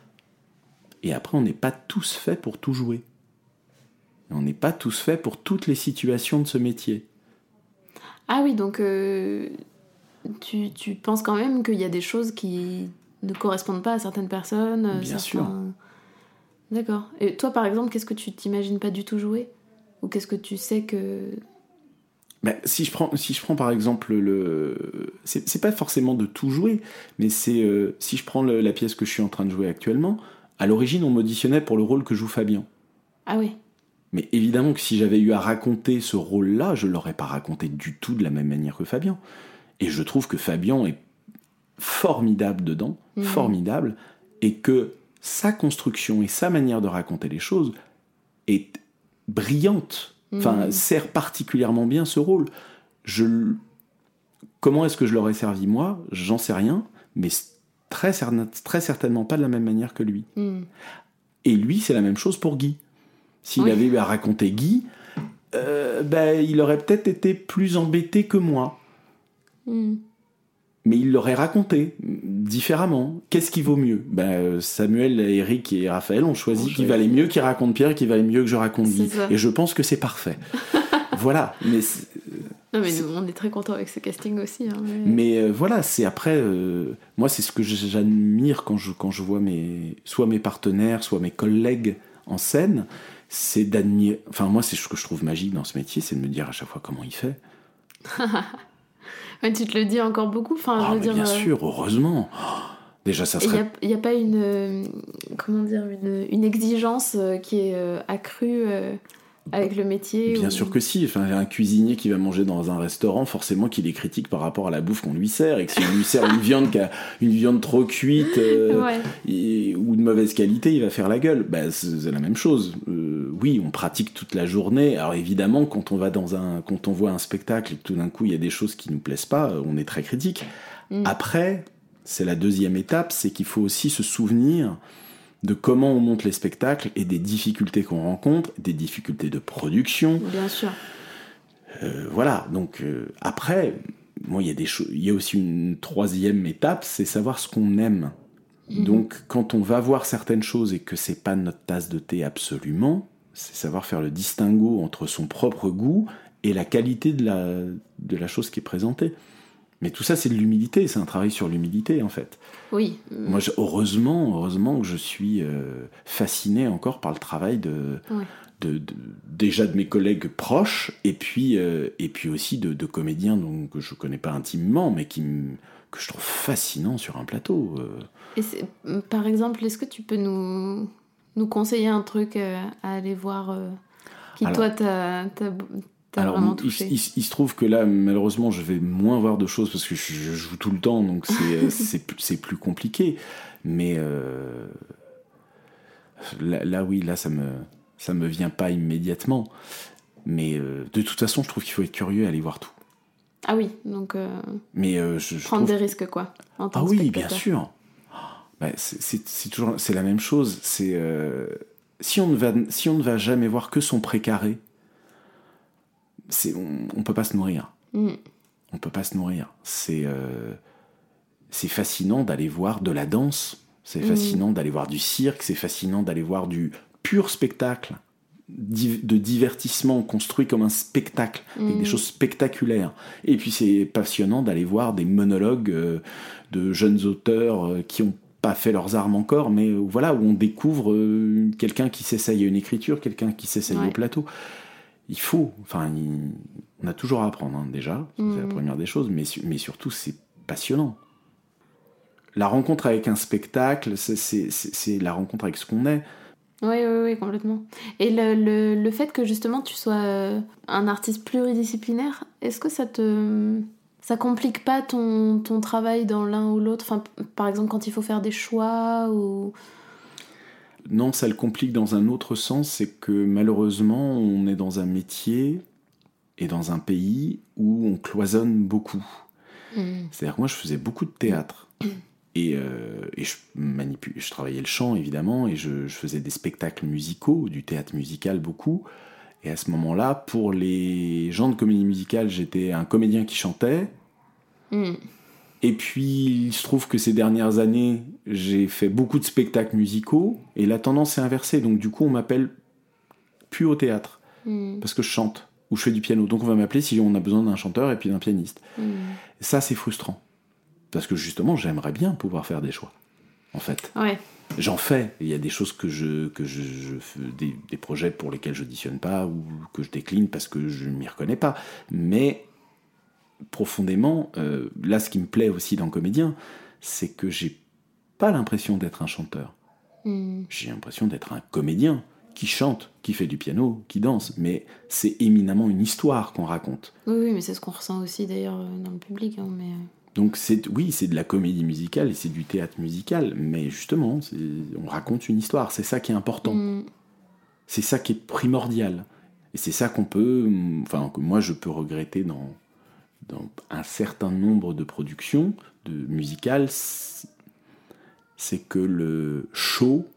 Et après, on n'est pas tous faits pour tout jouer. On n'est pas tous faits pour toutes les situations de ce métier. Ah oui, donc euh, tu, tu penses quand même qu'il y a des choses qui ne correspondent pas à certaines personnes. Bien certains... sûr. D'accord. Et toi, par exemple, qu'est-ce que tu t'imagines pas du tout jouer ? Ou qu'est-ce que tu sais que... Ben, si, je prends, si je prends par exemple le... C'est, c'est pas forcément de tout jouer, mais c'est... Euh, si je prends le, la pièce que je suis en train de jouer actuellement... À l'origine, on m'auditionnait pour le rôle que joue Fabien. Ah oui. Mais évidemment que si j'avais eu à raconter ce rôle-là, je ne l'aurais pas raconté du tout de la même manière que Fabien. Et je trouve que Fabien est formidable dedans, mmh. formidable, et que sa construction et sa manière de raconter les choses est brillante. Mmh. Enfin, sert particulièrement bien ce rôle. Je... Comment est-ce que je l'aurais servi, moi ? J'en sais rien, mais... Très, très certainement pas de la même manière que lui. Mm. Et lui, c'est la même chose pour Guy. S'il oui. avait eu à raconter Guy, euh, ben, il aurait peut-être été plus embêté que moi. Mm. Mais il l'aurait raconté différemment. Qu'est-ce qui vaut mieux ? Ben, Samuel, Eric et Raphaël ont choisi qu'il valait mieux qu'il raconte Pierre et qu'il valait mieux que je raconte Guy. Et je pense que c'est parfait. Voilà. Mais c'est... Non mais nous, on est très contents avec ce casting aussi. Hein, mais mais euh, voilà, c'est après... Euh, moi, c'est ce que j'admire quand je, quand je vois mes, soit mes partenaires, soit mes collègues en scène, c'est d'admirer... Enfin, moi, c'est ce que je trouve magique dans ce métier, c'est de me dire à chaque fois comment il fait. Ouais, tu te le dis encore beaucoup. Enfin, ah, je veux mais dire, bien euh... sûr, heureusement. Oh, déjà, ça serait... Il n'y a, a pas une... Euh, comment dire une, une exigence euh, qui est euh, accrue... Euh... Avec le métier Bien ou... sûr que si. Enfin, un cuisinier qui va manger dans un restaurant, forcément qu'il est critique par rapport à la bouffe qu'on lui sert. Et que si on lui sert une viande, qui a une viande trop cuite euh, ouais. et, ou de mauvaise qualité, il va faire la gueule. Ben, c'est, c'est la même chose. Euh, oui, on pratique toute la journée. Alors évidemment, quand on va dans un, quand on voit un spectacle et que tout d'un coup il y a des choses qui nous plaisent pas, on est très critique. Mm. Après, c'est la deuxième étape, c'est qu'il faut aussi se souvenir de comment on monte les spectacles et des difficultés qu'on rencontre, des difficultés de production. Bien sûr. Euh, voilà, donc euh, après, moi, il y a des choses, il y a aussi une troisième étape, c'est savoir ce qu'on aime. Mmh. Donc, quand on va voir certaines choses et que c'est pas notre tasse de thé absolument, c'est savoir faire le distinguo entre son propre goût et la qualité de la, de la chose qui est présentée. Mais tout ça, c'est de l'humilité, c'est un travail sur l'humilité, en fait. Oui. Moi, je, heureusement, heureusement que je suis euh, fasciné encore par le travail de, ouais. de, de, déjà de mes collègues proches, et puis, euh, et puis aussi de, de comédiens donc, que je ne connais pas intimement, mais qui, que je trouve fascinants sur un plateau. Euh. Et c'est, par exemple, est-ce que tu peux nous, nous conseiller un truc euh, à aller voir euh, qui, Alors, toi, t'a... t'a... Alors, il, il, il se trouve que là, malheureusement, je vais moins voir de choses parce que je, je joue tout le temps, donc c'est, c'est, c'est plus compliqué. Mais euh, là, là, oui, là, ça me, ça me vient pas immédiatement. Mais euh, de toute façon, je trouve qu'il faut être curieux et aller voir tout. Ah oui, donc euh, Mais, euh, je, je prendre trouve... des risques, quoi. En tant ah que oui, spectateur. bien sûr. Bah, c'est, c'est, c'est, toujours, c'est la même chose. C'est, euh, si, on ne va, si on ne va jamais voir que son précaré, c'est, on ne peut pas se nourrir. Mm. On ne peut pas se nourrir. C'est, euh, c'est fascinant d'aller voir de la danse, c'est mm. fascinant d'aller voir du cirque, c'est fascinant d'aller voir du pur spectacle, de divertissement construit comme un spectacle, mm. avec des choses spectaculaires. Et puis c'est passionnant d'aller voir des monologues euh, de jeunes auteurs euh, qui ont pas fait leurs armes encore, mais euh, voilà, où on découvre euh, quelqu'un qui s'essaye à une écriture, quelqu'un qui s'essaye ouais. au plateau. Il faut, enfin, il, on a toujours à apprendre, hein, déjà, mmh. c'est la première des choses, mais, mais surtout, c'est passionnant. La rencontre avec un spectacle, c'est, c'est, c'est, c'est la rencontre avec ce qu'on est. Oui, oui, oui, complètement. Et le, le, le fait que justement tu sois euh, un artiste pluridisciplinaire, est-ce que ça te... ça complique pas ton, ton travail dans l'un ou l'autre, enfin, par exemple quand il faut faire des choix ou... Non, ça le complique dans un autre sens, c'est que malheureusement on est dans un métier et dans un pays où on cloisonne beaucoup. Mmh. C'est-à-dire que moi je faisais beaucoup de théâtre. Mmh. Et, euh, et je, manipule, je travaillais le chant, évidemment, et je, je faisais des spectacles musicaux, du théâtre musical beaucoup. Et à ce moment-là, pour les gens de comédie musicale, j'étais un comédien qui chantait. Mm. Et puis, il se trouve que ces dernières années, j'ai fait beaucoup de spectacles musicaux, et la tendance s'est inversée. Donc du coup, on m'appelle plus au théâtre, mm. parce que je chante, ou je fais du piano. Donc on va m'appeler si on a besoin d'un chanteur et puis d'un pianiste. Mm. Ça, c'est frustrant. Parce que justement, j'aimerais bien pouvoir faire des choix, en fait. Ouais. J'en fais. Il y a des choses que je, que je, je des, des projets pour lesquels je auditionne pas ou que je décline parce que je ne m'y reconnais pas. Mais profondément, euh, là, ce qui me plaît aussi dans le comédien, c'est que j'ai pas l'impression d'être un chanteur. Mm. J'ai l'impression d'être un comédien qui chante, qui fait du piano, qui danse. Mais c'est éminemment une histoire qu'on raconte. Oui, oui, mais c'est ce qu'on ressent aussi d'ailleurs dans le public. Hein, mais... Donc c'est, oui, c'est de la comédie musicale et c'est du théâtre musical, mais justement, c'est, on raconte une histoire, c'est ça qui est important. Mm. C'est ça qui est primordial. Et c'est ça qu'on peut, enfin, que moi je peux regretter dans, dans un certain nombre de productions de musicales, c'est que le show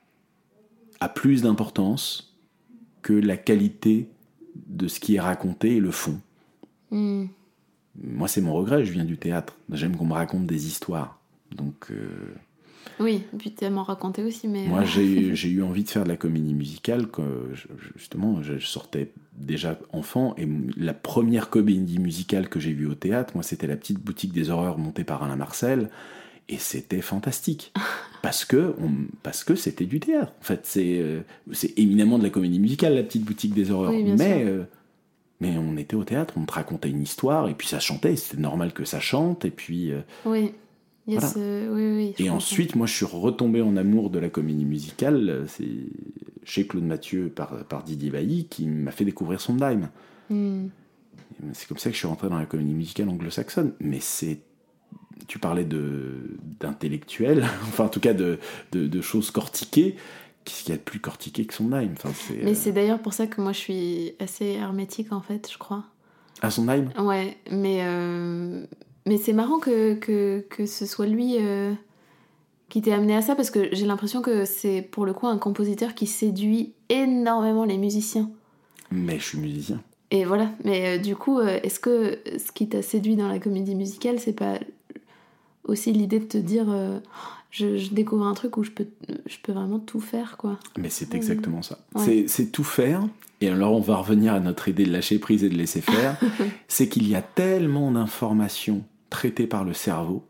a plus d'importance que la qualité de ce qui est raconté et le fond. Mm. Moi, c'est mon regret, je viens du théâtre. J'aime qu'on me raconte des histoires. Donc, euh... oui, et puis t'aimes en raconter aussi, mais... Moi, j'ai, j'ai eu envie de faire de la comédie musicale, quand, justement, je sortais déjà enfant, et la première comédie musicale que j'ai vue au théâtre, moi, c'était La Petite Boutique des Horreurs, montée par Alain Marcel, et c'était fantastique. Parce que, on, parce que c'était du théâtre. En fait, c'est, euh, c'est éminemment de la comédie musicale, La Petite Boutique des Horreurs. Oui, mais... Euh, Mais on était au théâtre, on te racontait une histoire, et puis ça chantait, c'était normal que ça chante, et puis... Euh, oui, yes, voilà. euh, oui, oui. Et ensuite, moi, je suis retombé en amour de la comédie musicale, c'est chez Claude Mathieu par, par Didier Bailly, qui m'a fait découvrir Sondheim. Mm. C'est comme ça que je suis rentré dans la comédie musicale anglo-saxonne. Mais c'est... Tu parlais de, d'intellectuels, enfin, en tout cas, de, de, de choses cortiquées. Qu'est-ce qu'il y a de plus cortiqué que Sondheim, enfin, c'est, Mais euh... c'est d'ailleurs pour ça que moi je suis assez hermétique en fait, je crois. À Sondheim ? Ouais, mais, euh... mais c'est marrant que, que, que ce soit lui euh, qui t'ait amené à ça, parce que j'ai l'impression que c'est pour le coup un compositeur qui séduit énormément les musiciens. Mais je suis musicien. Et voilà, mais euh, du coup, euh, est-ce que ce qui t'a séduit dans la comédie musicale, c'est pas aussi l'idée de te dire... Euh, Je, je découvre un truc où je peux, je peux vraiment tout faire, quoi. Mais c'est exactement ça. Ouais. C'est, c'est tout faire. Et alors, on va revenir à notre idée de lâcher prise et de laisser faire. C'est qu'il y a tellement d'informations traitées par le cerveau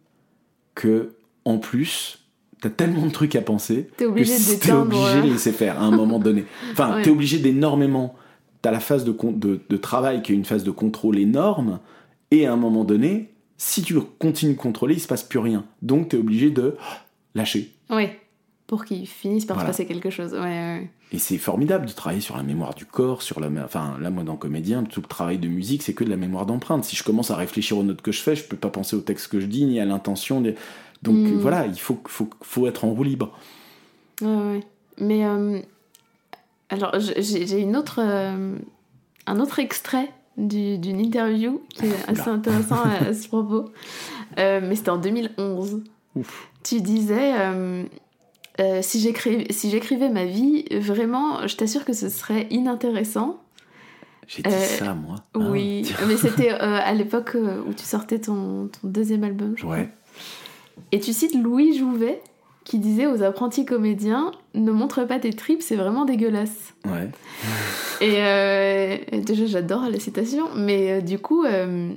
que, en plus, t'as tellement de trucs à penser t'es obligé que de t'es obligé de laisser faire à un moment donné. Enfin, ouais. T'es obligé d'énormément... T'as la phase de, de, de travail qui est une phase de contrôle énorme. Et à un moment donné... Si tu continues de contrôler, il ne se passe plus rien. Donc, tu es obligé de lâcher. Oui, pour qu'il finisse par voilà. se passer quelque chose. Ouais, ouais. Et c'est formidable de travailler sur la mémoire du corps, sur la... Enfin, là, moi, dans Comédien, tout le travail de musique, c'est que de la mémoire d'empreinte. Si je commence à réfléchir aux notes que je fais, je ne peux pas penser au texte que je dis, ni à l'intention. Ni... Donc, mmh. voilà, il faut, faut, faut être en roue libre. Ouais, ouais. Mais, euh... alors, j'ai, j'ai une autre, euh... un autre extrait Du, d'une interview qui est assez Oula. intéressant à, à ce propos. Euh, mais c'était en deux mille onze. Ouf. Tu disais, euh, euh, si, j'écrivais, si j'écrivais ma vie, vraiment, je t'assure que ce serait inintéressant. J'ai dit euh, ça, moi. Oui, ah. mais c'était euh, à l'époque où tu sortais ton, ton deuxième album, je ouais. crois. Et tu cites Louis Jouvet, qui disait aux apprentis comédiens « Ne montre pas tes tripes, c'est vraiment dégueulasse. » Ouais. Et euh, déjà, j'adore la citation, mais euh, du coup, euh,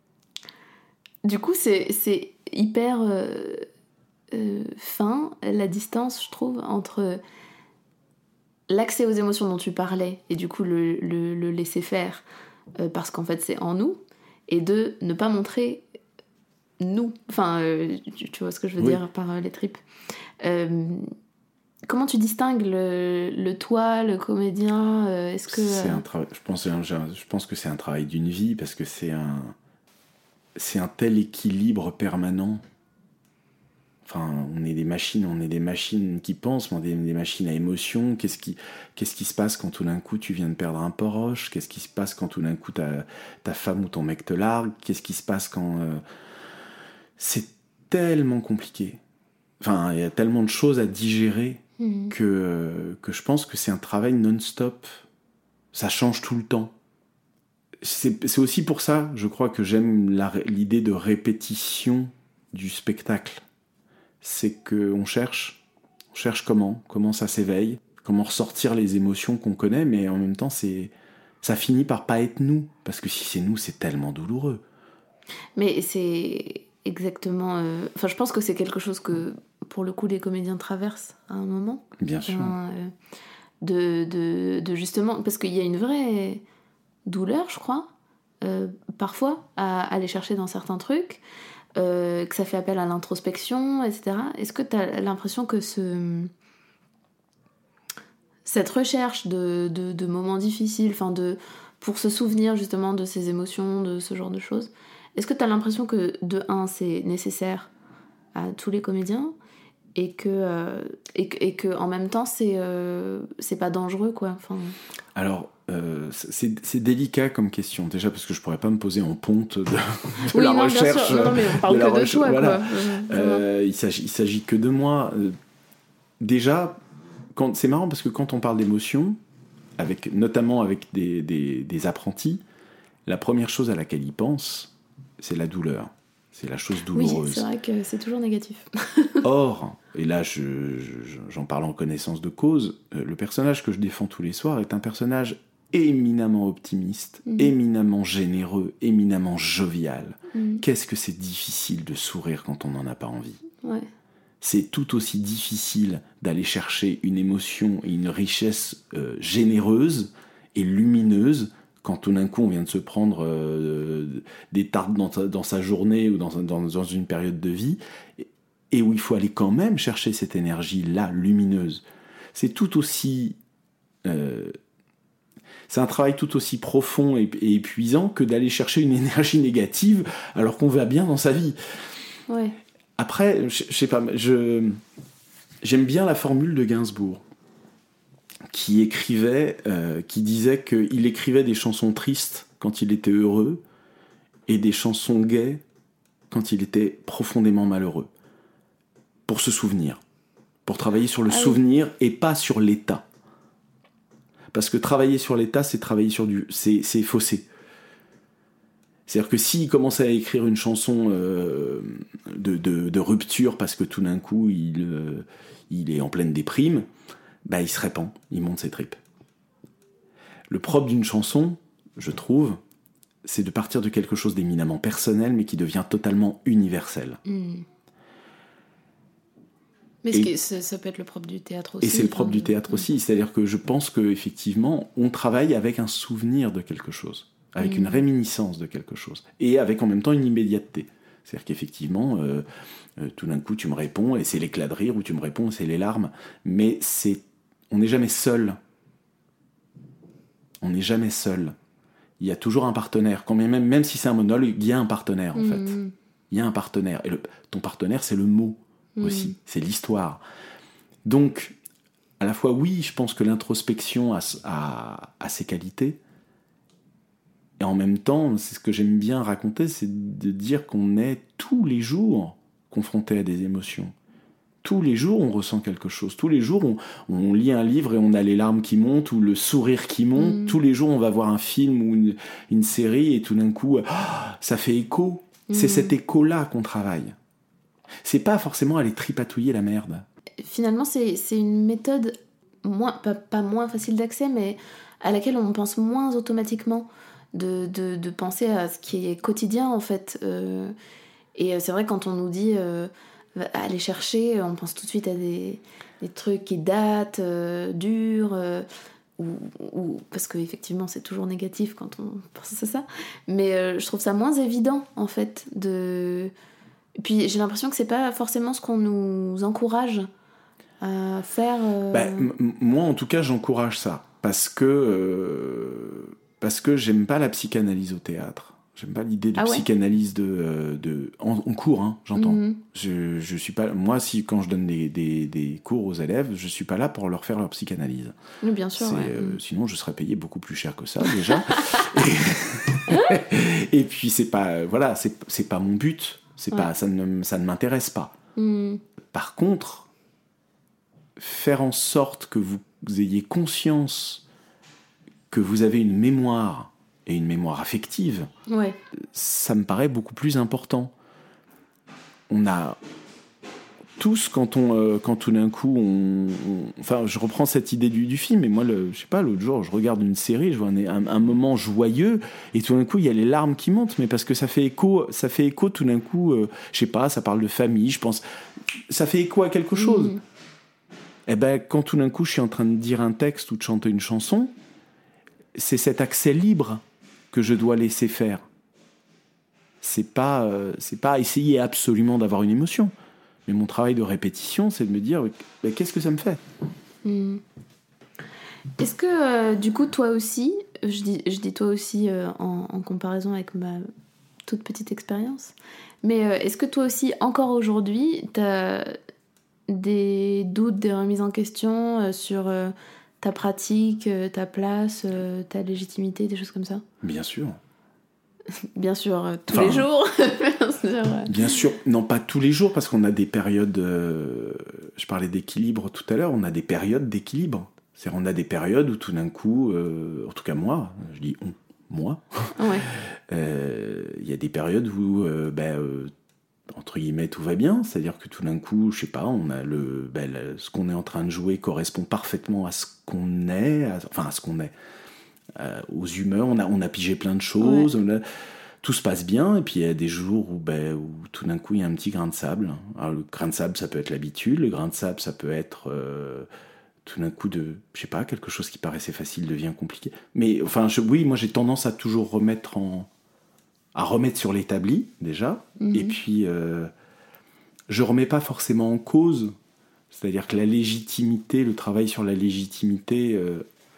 du coup, c'est, c'est hyper euh, euh, fin, la distance, je trouve, entre l'accès aux émotions dont tu parlais, et du coup, le, le, le laisser faire, euh, parce qu'en fait, c'est en nous, et de ne pas montrer nous. Enfin, euh, tu, tu vois ce que je veux oui. dire par euh, les tripes. Euh, comment tu distingues le, le toi, le comédien euh, Est-ce que c'est euh... un tra... je pense, je pense que c'est un travail d'une vie parce que c'est un, c'est un tel équilibre permanent. Enfin, on est des machines, on est des machines qui pensent, on est des machines à émotion. Qu'est-ce qui, qu'est-ce qui se passe quand tout d'un coup tu viens de perdre un proche ? Qu'est-ce qui se passe quand tout d'un coup ta, ta femme ou ton mec te largue ? Qu'est-ce qui se passe quand... Euh... C'est tellement compliqué. Enfin, il y a tellement de choses à digérer mmh. que, euh, que je pense que c'est un travail non-stop. Ça change tout le temps. C'est, c'est aussi pour ça, je crois, que j'aime la, l'idée de répétition du spectacle. C'est qu'on cherche, on cherche comment, comment ça s'éveille, comment ressortir les émotions qu'on connaît, mais en même temps, c'est, ça finit par pas être nous, parce que si c'est nous, c'est tellement douloureux. Mais c'est exactement... Euh... Enfin, je pense que c'est quelque chose que, pour le coup, les comédiens traversent à un moment. Bien sûr. Enfin, euh, de, de, de justement... Parce qu'il y a une vraie douleur, je crois, euh, parfois, à aller chercher dans certains trucs... Euh, que ça fait appel à l'introspection, et cetera. Est-ce que tu as l'impression que ce... cette recherche de, de, de moments difficiles, enfin de... pour se souvenir justement de ces émotions, de ce genre de choses, est-ce que tu as l'impression que, de un, c'est nécessaire à tous les comédiens, et que, euh, et, et que en même temps, c'est, euh, c'est pas dangereux, quoi. Enfin... Alors, euh, c'est, c'est délicat comme question. Déjà, parce que je pourrais pas me poser en ponte de, de oui, la non, recherche. Bien sûr. Non, mais on parle de que de de toi, voilà. quoi. Euh, il s'agit, il s'agit que de moi. Déjà, quand, c'est marrant parce que quand on parle d'émotion, avec, notamment avec des, des, des apprentis, la première chose à laquelle ils pensent, c'est la douleur. C'est la chose douloureuse. Oui, c'est vrai que c'est toujours négatif. Or, et là je, je, j'en parle en connaissance de cause, euh, le personnage que je défends tous les soirs est un personnage éminemment optimiste, mmh. éminemment généreux, éminemment jovial. Mmh. Qu'est-ce que c'est difficile de sourire quand on n'en a pas envie. Ouais. C'est tout aussi difficile d'aller chercher une émotion et une richesse euh, généreuse et lumineuse quand tout d'un coup on vient de se prendre euh, des tartes dans, ta, dans sa journée ou dans, dans, dans une période de vie, et, et où il faut aller quand même chercher cette énergie-là, lumineuse. C'est tout aussi... Euh, c'est un travail tout aussi profond et, et épuisant que d'aller chercher une énergie négative alors qu'on va bien dans sa vie. Ouais. Après, je, je sais pas, je, j'aime bien la formule de Gainsbourg, qui écrivait, euh, qui disait qu'il écrivait des chansons tristes quand il était heureux et des chansons gaies quand il était profondément malheureux. Pour se souvenir. Pour travailler sur le ah souvenir oui. et pas sur l'état. Parce que travailler sur l'état, c'est travailler sur du... C'est, c'est faussé. C'est-à-dire que s'il commençait à écrire une chanson euh, de, de, de rupture parce que tout d'un coup, il, euh, il est en pleine déprime, bah, il se répand, il monte ses tripes. Le propre d'une chanson, je trouve, c'est de partir de quelque chose d'éminemment personnel, mais qui devient totalement universel. Mmh. Mais et, ce que, ça peut être le propre du théâtre aussi. Et c'est le propre enfin, du théâtre mmh. aussi, c'est-à-dire que je pense qu'effectivement, on travaille avec un souvenir de quelque chose, avec mmh. une réminiscence de quelque chose, et avec en même temps une immédiateté. C'est-à-dire qu'effectivement, euh, euh, tout d'un coup, tu me réponds, et c'est l'éclat de rire, ou tu me réponds, et c'est les larmes, mais c'est... on n'est jamais seul. On n'est jamais seul. Il y a toujours un partenaire. Quand même, même si c'est un monologue, il y a un partenaire, en mmh. fait. Il y a un partenaire. Et le, ton partenaire, c'est le mot, mmh. aussi. C'est l'histoire. Donc, à la fois, oui, je pense que l'introspection a, a, a ses qualités. Et en même temps, c'est ce que j'aime bien raconter, c'est de dire qu'on est tous les jours confronté à des émotions. Tous les jours, on ressent quelque chose. Tous les jours, on, on lit un livre et on a les larmes qui montent ou le sourire qui monte. Mmh. Tous les jours, on va voir un film ou une, une série et tout d'un coup, oh, ça fait écho. Mmh. C'est cet écho-là qu'on travaille. C'est pas forcément aller tripatouiller la merde. Finalement, c'est, c'est une méthode moins, pas, pas moins facile d'accès, mais à laquelle on pense moins automatiquement de, de, de penser à ce qui est quotidien, en fait. Euh, et c'est vrai, quand on nous dit... Euh, aller chercher, on pense tout de suite à des, des trucs qui datent, euh, durs, euh, ou, ou, parce qu'effectivement c'est toujours négatif quand on pense à ça, mais euh, je trouve ça moins évident en fait. De... Et puis j'ai l'impression que c'est pas forcément ce qu'on nous encourage à faire euh... bah, m- moi, en tout cas, j'encourage ça. Parce que, euh, parce que j'aime pas la psychanalyse au théâtre. J'aime pas l'idée de ah ouais psychanalyse de, de en, en cours, hein, j'entends. Mm-hmm. Je, je suis pas, moi, si quand je donne des, des, des cours aux élèves, je suis pas là pour leur faire leur psychanalyse. Oui, bien sûr. C'est, Ouais. euh, sinon, je serais payé beaucoup plus cher que ça déjà. et, et puis c'est pas, voilà, c'est, c'est pas mon but. C'est ouais. pas, ça ne, ça ne m'intéresse pas. Mm. Par contre, faire en sorte que vous ayez conscience que vous avez une mémoire et une mémoire affective, ouais. ça me paraît beaucoup plus important. On a tous, quand, on, euh, quand tout d'un coup, on, on, enfin, je reprends cette idée du, du film, et moi, le, je sais pas, l'autre jour, je regarde une série, je vois un, un, un moment joyeux, et tout d'un coup, il y a les larmes qui montent, mais parce que ça fait écho, ça fait écho tout d'un coup, euh, je sais pas, ça parle de famille, je pense, ça fait écho à quelque chose. Mmh. Et ben, quand tout d'un coup, je suis en train de dire un texte ou de chanter une chanson, c'est cet accès libre que je dois laisser faire. C'est pas, euh, c'est pas essayer absolument d'avoir une émotion. Mais mon travail de répétition, c'est de me dire, bah, qu'est-ce que ça me fait ? Mmh. Est-ce que, euh, du coup, toi aussi, je dis, je dis toi aussi euh, en, en comparaison avec ma toute petite expérience, mais euh, est-ce que toi aussi, encore aujourd'hui, t'as des doutes, des remises en question euh, sur euh, ta pratique, euh, ta place, euh, ta légitimité, des choses comme ça ? Bien sûr. Bien sûr, euh, tous enfin, les jours. Bien sûr. Bien sûr, non pas tous les jours, parce qu'on a des périodes, euh, je parlais d'équilibre tout à l'heure, on a des périodes d'équilibre. C'est-à-dire on a des périodes où tout d'un coup, euh, en tout cas moi, je dis on, moi, il ouais. euh, y a des périodes où, euh, ben, euh, entre guillemets, tout va bien, c'est-à-dire que tout d'un coup, je sais pas, on a le, ben, le, ce qu'on est en train de jouer correspond parfaitement à ce qu'on est, à, enfin à ce qu'on est. Euh, aux humeurs, on a, on a pigé plein de choses, ouais. on a, tout se passe bien, et puis il y a des jours où, ben, où tout d'un coup il y a un petit grain de sable. Alors, le grain de sable, ça peut être l'habitude, le grain de sable, ça peut être euh, tout d'un coup de, je sais pas, quelque chose qui paraissait facile devient compliqué. Mais enfin, je, oui, moi j'ai tendance à toujours remettre en, à remettre sur l'établi déjà, mm-hmm. et puis euh, je remets pas forcément en cause, c'est-à-dire que la légitimité, le travail sur la légitimité. Euh,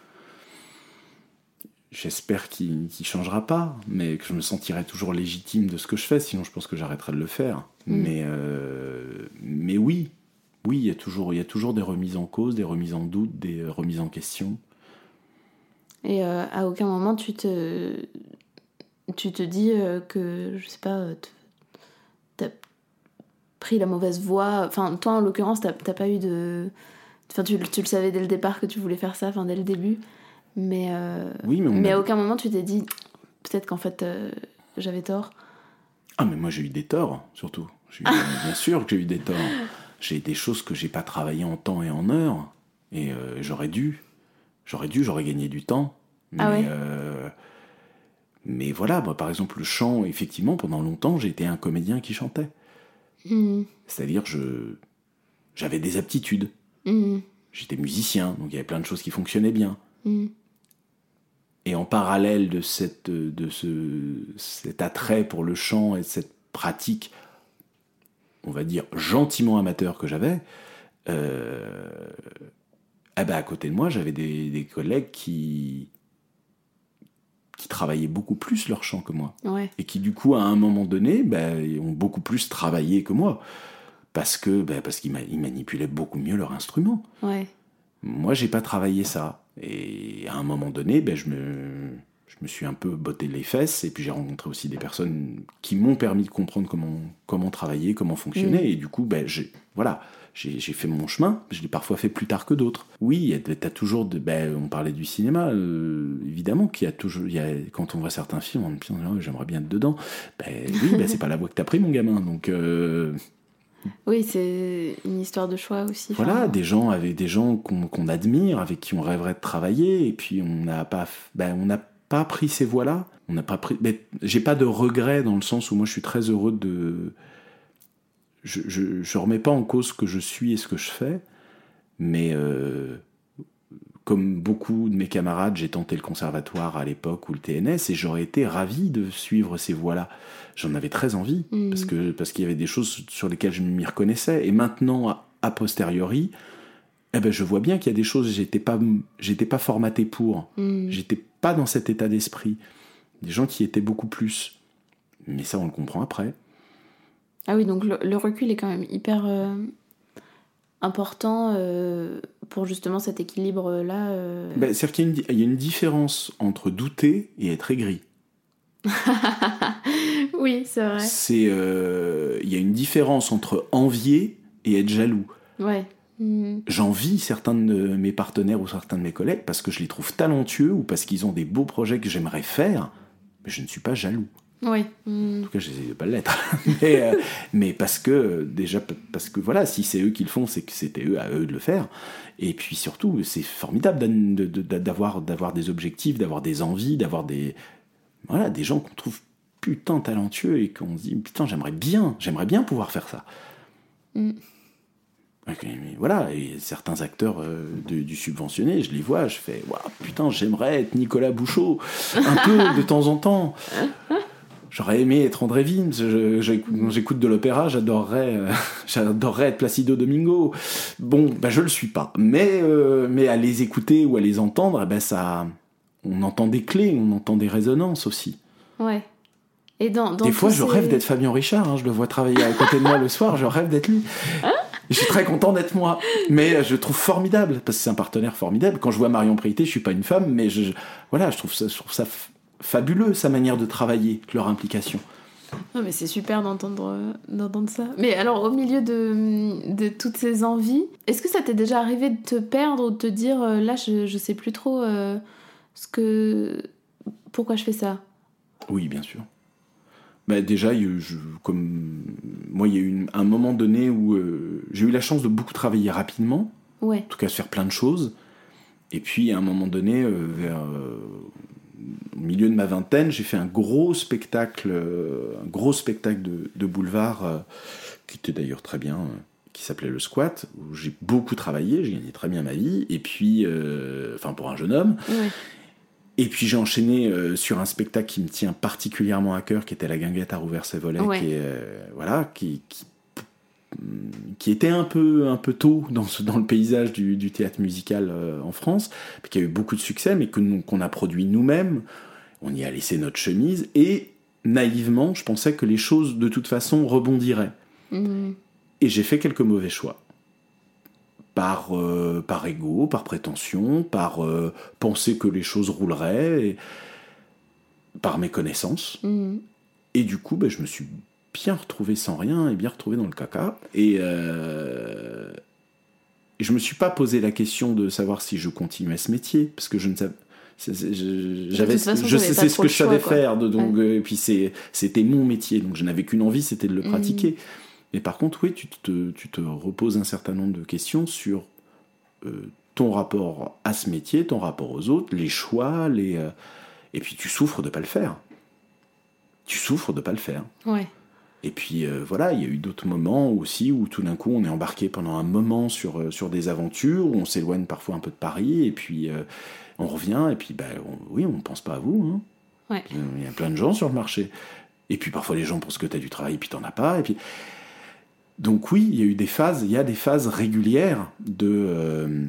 J'espère qu'il ne changera pas, mais que je me sentirai toujours légitime de ce que je fais, sinon je pense que j'arrêterai de le faire. Mmh. Mais, euh, mais oui, oui, il y a toujours, il y a toujours des remises en cause, des remises en doute, des remises en question. Et euh, à aucun moment tu te, tu te dis euh, que, je sais pas, t'as pris la mauvaise voie. Enfin, toi en l'occurrence, t'as, t'as pas eu de... Enfin, tu, tu le savais dès le départ que tu voulais faire ça, enfin dès le début. Mais, euh, oui, mais, mais a... à aucun moment tu t'es dit peut-être qu'en fait euh, j'avais tort. Ah mais moi j'ai eu des torts surtout. J'ai eu, bien sûr que j'ai eu des torts. J'ai des choses que j'ai pas travaillées en temps et en heure et euh, j'aurais dû, j'aurais dû, j'aurais gagné du temps. Mais, ah ouais. euh, mais voilà, moi par exemple le chant, effectivement pendant longtemps j'ai été un comédien qui chantait. Mmh. C'est-à-dire je, j'avais des aptitudes. Mmh. J'étais musicien donc il y avait plein de choses qui fonctionnaient bien. Mmh. Et en parallèle de, cette, de ce, cet attrait pour le chant et de cette pratique, on va dire, gentiment amateur que j'avais, euh, eh ben à côté de moi, j'avais des, des collègues qui, qui travaillaient beaucoup plus leur chant que moi. Ouais. Et qui, du coup, à un moment donné, ben, ont beaucoup plus travaillé que moi. Parce, que, ben, parce qu'ils manipulaient beaucoup mieux leur instrument. Ouais. Moi, j'ai pas travaillé ça. Et à un moment donné, ben, je, me, je me suis un peu botté les fesses, et puis j'ai rencontré aussi des personnes qui m'ont permis de comprendre comment, comment travailler, comment fonctionner, mmh. et du coup, ben, j'ai, voilà, j'ai, j'ai fait mon chemin, je l'ai parfois fait plus tard que d'autres. Oui, t'as toujours, de, ben, on parlait du cinéma, euh, évidemment, qu'il y a toujours, il y a, quand on voit certains films, on me dit, oh, j'aimerais bien être dedans. Ben oui, ben, c'est pas la voie que t'as pris, mon gamin, donc... Euh, Oui, c'est une histoire de choix aussi. Voilà, enfin... des gens avec des gens qu'on, qu'on admire, avec qui on rêverait de travailler, et puis on n'a pas, ben, on n'a pas pris ces voies-là. On n'a pas pris. Mais j'ai pas de regrets dans le sens où moi je suis très heureux de. Je, je, je remets pas en cause ce que je suis et ce que je fais, mais euh, comme beaucoup de mes camarades, j'ai tenté le conservatoire à l'époque ou le T N S, et j'aurais été ravi de suivre ces voies-là. J'en avais très envie, mmh. parce que parce qu'il y avait des choses sur lesquelles je m'y reconnaissais. Et maintenant, a, a posteriori, eh ben, je vois bien qu'il y a des choses, j'étais pas, j'étais pas formaté pour. Mmh. J'étais pas dans cet état d'esprit. Des gens qui étaient beaucoup plus. Mais ça, on le comprend après. Ah oui, donc le, le recul est quand même hyper euh, important euh, pour justement cet équilibre-là. Euh... Ben, c'est-à-dire qu'il y a, une, il y a une différence entre douter et être aigri. Oui, c'est vrai. C'est, euh, il y a une différence entre envier et être jaloux. Ouais. Mmh. J'envie certains de mes partenaires ou certains de mes collègues parce que je les trouve talentueux ou parce qu'ils ont des beaux projets que j'aimerais faire, mais je ne suis pas jaloux. Oui. Mmh. En tout cas, j'essaie de pas l'être. mais, euh, mais parce que, déjà, parce que voilà, si c'est eux qui le font, c'est que c'était eux à eux de le faire. Et puis surtout, c'est formidable de, de, de, d'avoir, d'avoir des objectifs, d'avoir des envies, d'avoir des, voilà, des gens qu'on trouve putain talentueux et qu'on se dit, putain, j'aimerais bien, j'aimerais bien pouvoir faire ça. Mmh. Okay, mais voilà, et certains acteurs euh, de, du subventionné, je les vois, je fais waouh, putain, j'aimerais être Nicolas Bouchot, un peu de temps en temps. J'aurais aimé être André Wims, je, j'écoute, j'écoute de l'opéra, j'adorerais, euh, j'adorerais être Placido Domingo. Bon, ben je le suis pas, mais euh, mais à les écouter ou à les entendre, ben ça, on entend des clés, on entend des résonances aussi. Ouais. Et dans, dans des fois, je ces... rêve d'être Fabien Richard, hein, je le vois travailler à côté de moi le soir, je rêve d'être lui. Hein? Je suis très content d'être moi, mais je le trouve formidable parce que c'est un partenaire formidable. Quand je vois Marion Préité, je suis pas une femme, mais je, je voilà, je trouve ça, je trouve ça f- fabuleux sa manière de travailler, leur implication. Non, mais c'est super d'entendre, d'entendre ça. Mais alors, au milieu de, de toutes ces envies, est-ce que ça t'est déjà arrivé de te perdre ou de te dire euh, là, je, je sais plus trop euh, ce que, pourquoi je fais ça? Oui, bien sûr. Bah déjà, je, comme moi, il y a eu une, un moment donné où euh, j'ai eu la chance de beaucoup travailler rapidement, ouais. en tout cas de faire plein de choses. Et puis, à un moment donné, euh, vers euh, au milieu de ma vingtaine, j'ai fait un gros spectacle, euh, un gros spectacle de, de boulevard, euh, qui était d'ailleurs très bien, euh, qui s'appelait Le Squat, où j'ai beaucoup travaillé, j'ai gagné très bien ma vie. Et puis, euh, enfin pour un jeune homme. Ouais. Et puis j'ai enchaîné euh, sur un spectacle qui me tient particulièrement à cœur, qui était La Guinguette a rouvert ses volets, ouais. qui, est, euh, voilà, qui, qui, qui était un peu, un peu tôt dans, ce, dans le paysage du, du théâtre musical euh, en France, puis qui a eu beaucoup de succès, mais que nous, qu'on a produit nous-mêmes. On y a laissé notre chemise, et naïvement, je pensais que les choses, de toute façon, rebondiraient. Mmh. Et j'ai fait quelques mauvais choix. Par, euh, par ego, par prétention, par euh, penser que les choses rouleraient, et par méconnaissance. Mmh. Et du coup, bah, je me suis bien retrouvé sans rien et bien retrouvé dans le caca. Et euh, je me suis pas posé la question de savoir si je continuais ce métier, parce que je ne savais... C'est, c'est, je, j'avais, façon, je sais, c'est ce que je choix, savais quoi. faire, de, donc, ouais. Et puis c'est, c'était mon métier, donc je n'avais qu'une envie, c'était de le pratiquer. Mmh. Mais par contre, oui, tu te, tu te reposes un certain nombre de questions sur euh, ton rapport à ce métier, ton rapport aux autres, les choix, les, euh, et puis tu souffres de ne pas le faire. Tu souffres de ne pas le faire. Ouais. Et puis euh, voilà, il y a eu d'autres moments aussi où tout d'un coup on est embarqué pendant un moment sur, euh, sur des aventures, où on s'éloigne parfois un peu de Paris, et puis euh, on revient, et puis bah, on, oui, on ne pense pas à vous. Hein. Ouais. Il y a plein de gens sur le marché. Et puis parfois les gens pensent que tu as du travail, et puis tu n'en as pas, et puis... Donc oui, il y a eu des phases, il y a des phases régulières de, euh,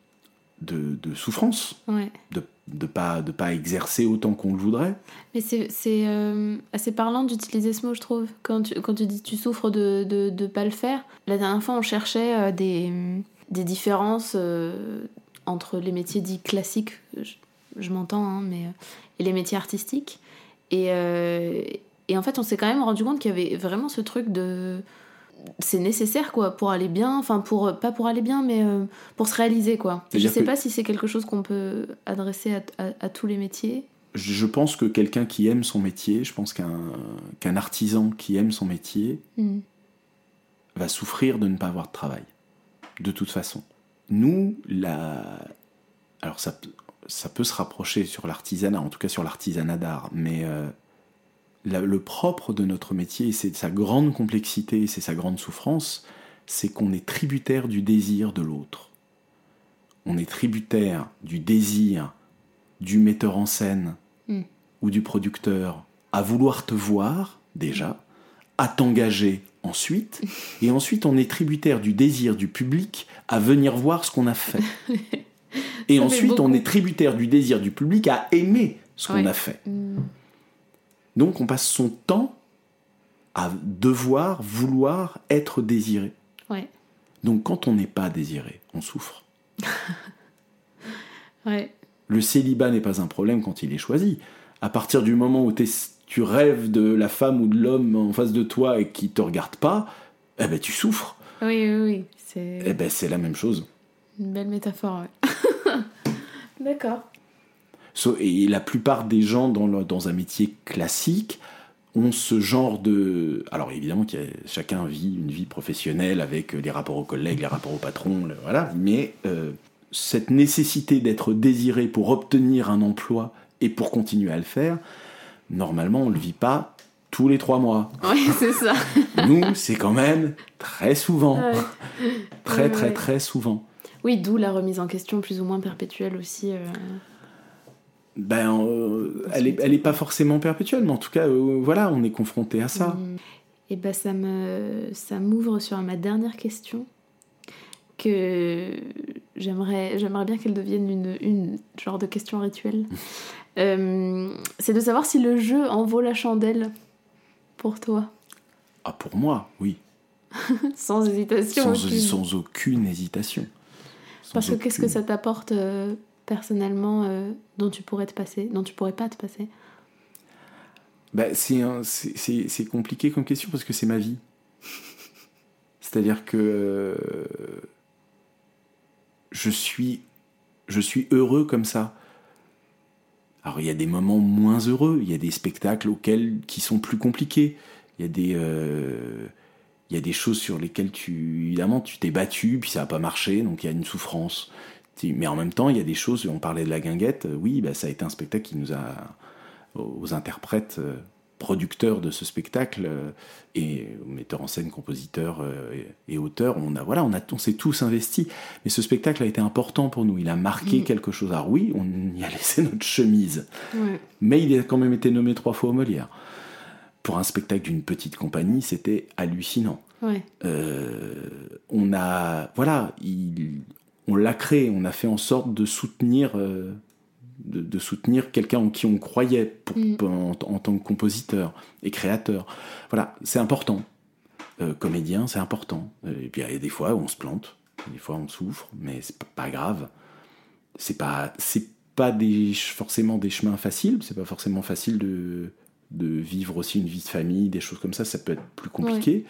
de, de souffrance, ouais. de de pas de pas exercer autant qu'on le voudrait. Mais c'est c'est euh, assez parlant d'utiliser ce mot, je trouve. Quand tu quand tu dis tu souffres de de de pas le faire. La dernière fois, on cherchait euh, des des différences euh, entre les métiers dits classiques, je, je m'entends, hein, mais euh, et les métiers artistiques. Et euh, et en fait, on s'est quand même rendu compte qu'il y avait vraiment ce truc de c'est nécessaire quoi pour aller bien, enfin pour pas pour aller bien mais euh, pour se réaliser quoi. Je sais que... pas si c'est quelque chose qu'on peut adresser à, à, à tous les métiers. Je pense que quelqu'un qui aime son métier, je pense qu'un qu'un artisan qui aime son métier mmh. va souffrir de ne pas avoir de travail. De toute façon. Nous, la... alors ça ça peut se rapprocher sur l'artisanat, en tout cas sur l'artisanat d'art, mais euh, La, le propre de notre métier, c'est sa grande complexité, c'est sa grande souffrance, c'est qu'on est tributaire du désir de l'autre. On est tributaire du désir du metteur en scène mmh. ou du producteur à vouloir te voir, déjà, à t'engager ensuite, et ensuite on est tributaire du désir du public à venir voir ce qu'on a fait. Et ensuite on est tributaire du désir du public à aimer ce qu'on Ouais. a fait. Mm. Donc on passe son temps à devoir, vouloir être désiré. Ouais. Donc quand on n'est pas désiré, on souffre. Ouais. Le célibat n'est pas un problème quand il est choisi. À partir du moment où t'es, tu rêves de la femme ou de l'homme en face de toi et qui te regarde pas, eh ben tu souffres. Oui, oui, oui. C'est Eh ben c'est la même chose. une belle métaphore, ouais. D'accord. So- Et la plupart des gens dans, le- dans un métier classique ont ce genre de... Alors évidemment, qu'il y a- chacun vit une vie professionnelle avec les rapports aux collègues, les rapports au patron, le- voilà. Mais euh, cette nécessité d'être désiré pour obtenir un emploi et pour continuer à le faire, normalement, on ne le vit pas tous les trois mois. Oui, c'est ça. Nous, c'est quand même très souvent. Ouais. Très, Ouais, très, ouais. très souvent. Oui, d'où la remise en question plus ou moins perpétuelle aussi. euh. Ben, euh, elle n'est elle est pas forcément perpétuelle, mais en tout cas, euh, voilà, on est confronté à ça. Mm. Et ben ça me ça m'ouvre sur ma dernière question que j'aimerais j'aimerais bien qu'elle devienne une, une genre de question rituelle. Euh, c'est de savoir si le jeu en vaut la chandelle pour toi, Ah, pour moi, oui. sans hésitation. Sans, aucune. sans aucune hésitation. Sans Parce que qu'est-ce que aucune. ça t'apporte euh, personnellement euh, dont tu pourrais te passer, dont tu pourrais pas te passer? Ben, c'est, un- c'est, c'est, c'est compliqué comme question parce que c'est ma vie. C'est-à-dire que euh, je suis, je suis heureux comme ça. Alors il y a des moments moins heureux, il y a des spectacles auxquels qui sont plus compliqués. Il y a des, euh, il y a des choses sur lesquelles tu, évidemment, tu t'es battu, puis ça n'a pas marché, donc il y a une souffrance. Mais en même temps, il y a des choses, on parlait de la guinguette, oui, bah, ça a été un spectacle qui nous a, aux interprètes, euh, producteurs de ce spectacle, euh, et aux metteurs en scène, compositeurs euh, et, et auteurs, on, a, voilà, on, a, on s'est tous investis. Mais ce spectacle a été important pour nous, il a marqué Mmh. quelque chose. Alors oui, on y a laissé notre chemise, Ouais. mais il a quand même été nommé trois fois au Molière. Pour un spectacle d'une petite compagnie, c'était hallucinant. Ouais. Euh, on a, voilà, il, on l'a créé, on a fait en sorte de soutenir, euh, de, de soutenir quelqu'un en qui on croyait pour, Mm. en, en tant que compositeur et créateur. Voilà, c'est important. Euh, comédien, c'est important. Euh, Et puis il y a des fois où on se plante, des fois on souffre, mais c'est pas, pas grave. C'est pas, c'est pas des, forcément des chemins faciles. C'est pas forcément facile de de vivre aussi une vie de famille, des choses comme ça, ça peut être plus compliqué.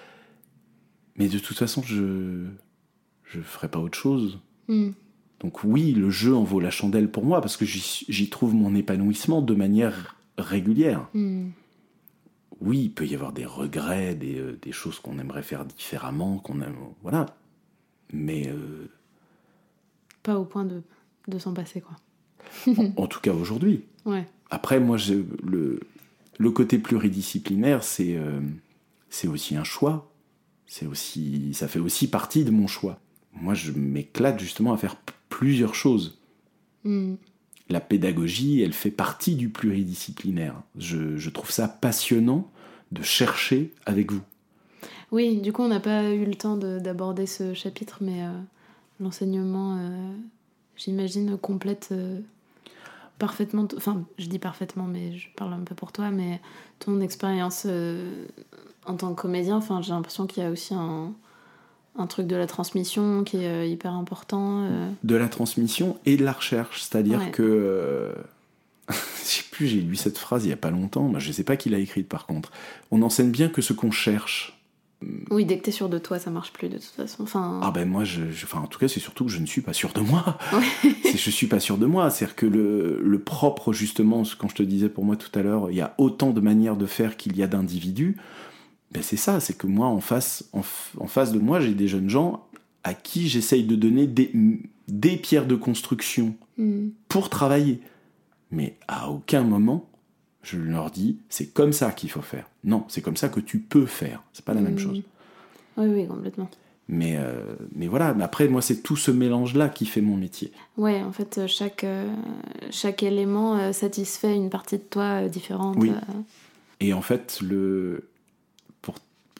Mais de toute façon, je je ferai pas autre chose. Mm. Donc oui, le jeu en vaut la chandelle pour moi, parce que j'y, j'y trouve mon épanouissement de manière régulière. Mm. Oui, il peut y avoir des regrets, des, euh, des choses qu'on aimerait faire différemment, qu'on aime, voilà. Mais euh, Pas au point de, de s'en passer, quoi. en tout cas aujourd'hui. Ouais. Après, moi, je, le, le côté pluridisciplinaire, c'est, euh, c'est aussi un choix. C'est aussi, ça fait aussi partie de mon choix. Moi, je m'éclate justement à faire p- plusieurs choses. Mm. La pédagogie, elle fait partie du pluridisciplinaire. Je, je trouve ça passionnant de chercher avec vous. Oui, du coup, on n'a pas eu le temps de- d'aborder ce chapitre, mais euh, l'enseignement, euh, j'imagine, complète euh, parfaitement... t- Enfin, je dis parfaitement, mais je parle un peu pour toi, mais ton expérience euh, en tant que comédien, enfin, j'ai l'impression qu'il y a aussi un, un truc de la transmission qui est euh, hyper important. euh. De la transmission et de la recherche. C'est-à-dire Ouais. que... euh, je sais plus, j'ai lu cette phrase il y a pas longtemps. Moi, je sais pas qui l'a écrite par contre. On enseigne bien que ce qu'on cherche. Oui, dès que t'es sûr de toi, ça marche plus de toute façon. Enfin, Ah ben moi, je, je- enfin, en tout cas, c'est surtout que je ne suis pas sûr de moi. Ouais. C'est, je suis pas sûr de moi. C'est-à-dire que le, le propre, justement, quand je te disais pour moi tout à l'heure, il y a autant de manières de faire qu'il y a d'individus. Ben c'est ça, c'est que moi, en face, en, f- en face de moi, j'ai des jeunes gens à qui j'essaye de donner des, des pierres de construction mm. pour travailler. Mais à aucun moment, je leur dis, c'est comme ça qu'il faut faire. Non, c'est comme ça que tu peux faire. C'est pas la même Mm. chose. Oui, oui, complètement. Mais, euh, mais voilà, mais après, moi, c'est tout ce mélange-là qui fait mon métier. Ouais, en fait, euh, chaque, euh, chaque élément euh, satisfait une partie de toi euh, différente. Oui. euh. Et en fait, le...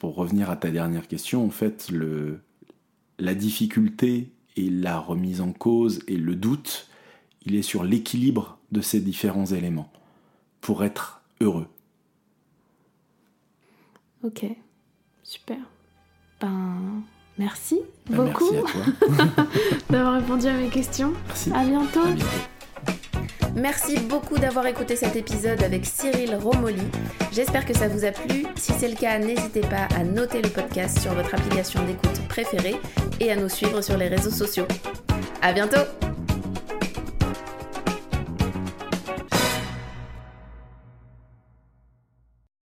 pour revenir à ta dernière question, en fait, le, la difficulté et la remise en cause et le doute, il est sur l'équilibre de ces différents éléments pour être heureux. Ok, super. Ben, merci Ben, beaucoup merci à toi. d'avoir répondu à mes questions. Merci. À bientôt. À bientôt. Merci beaucoup d'avoir écouté cet épisode avec Cyril Romoli. J'espère que ça vous a plu. Si c'est le cas, n'hésitez pas à noter le podcast sur votre application d'écoute préférée et à nous suivre sur les réseaux sociaux. À bientôt!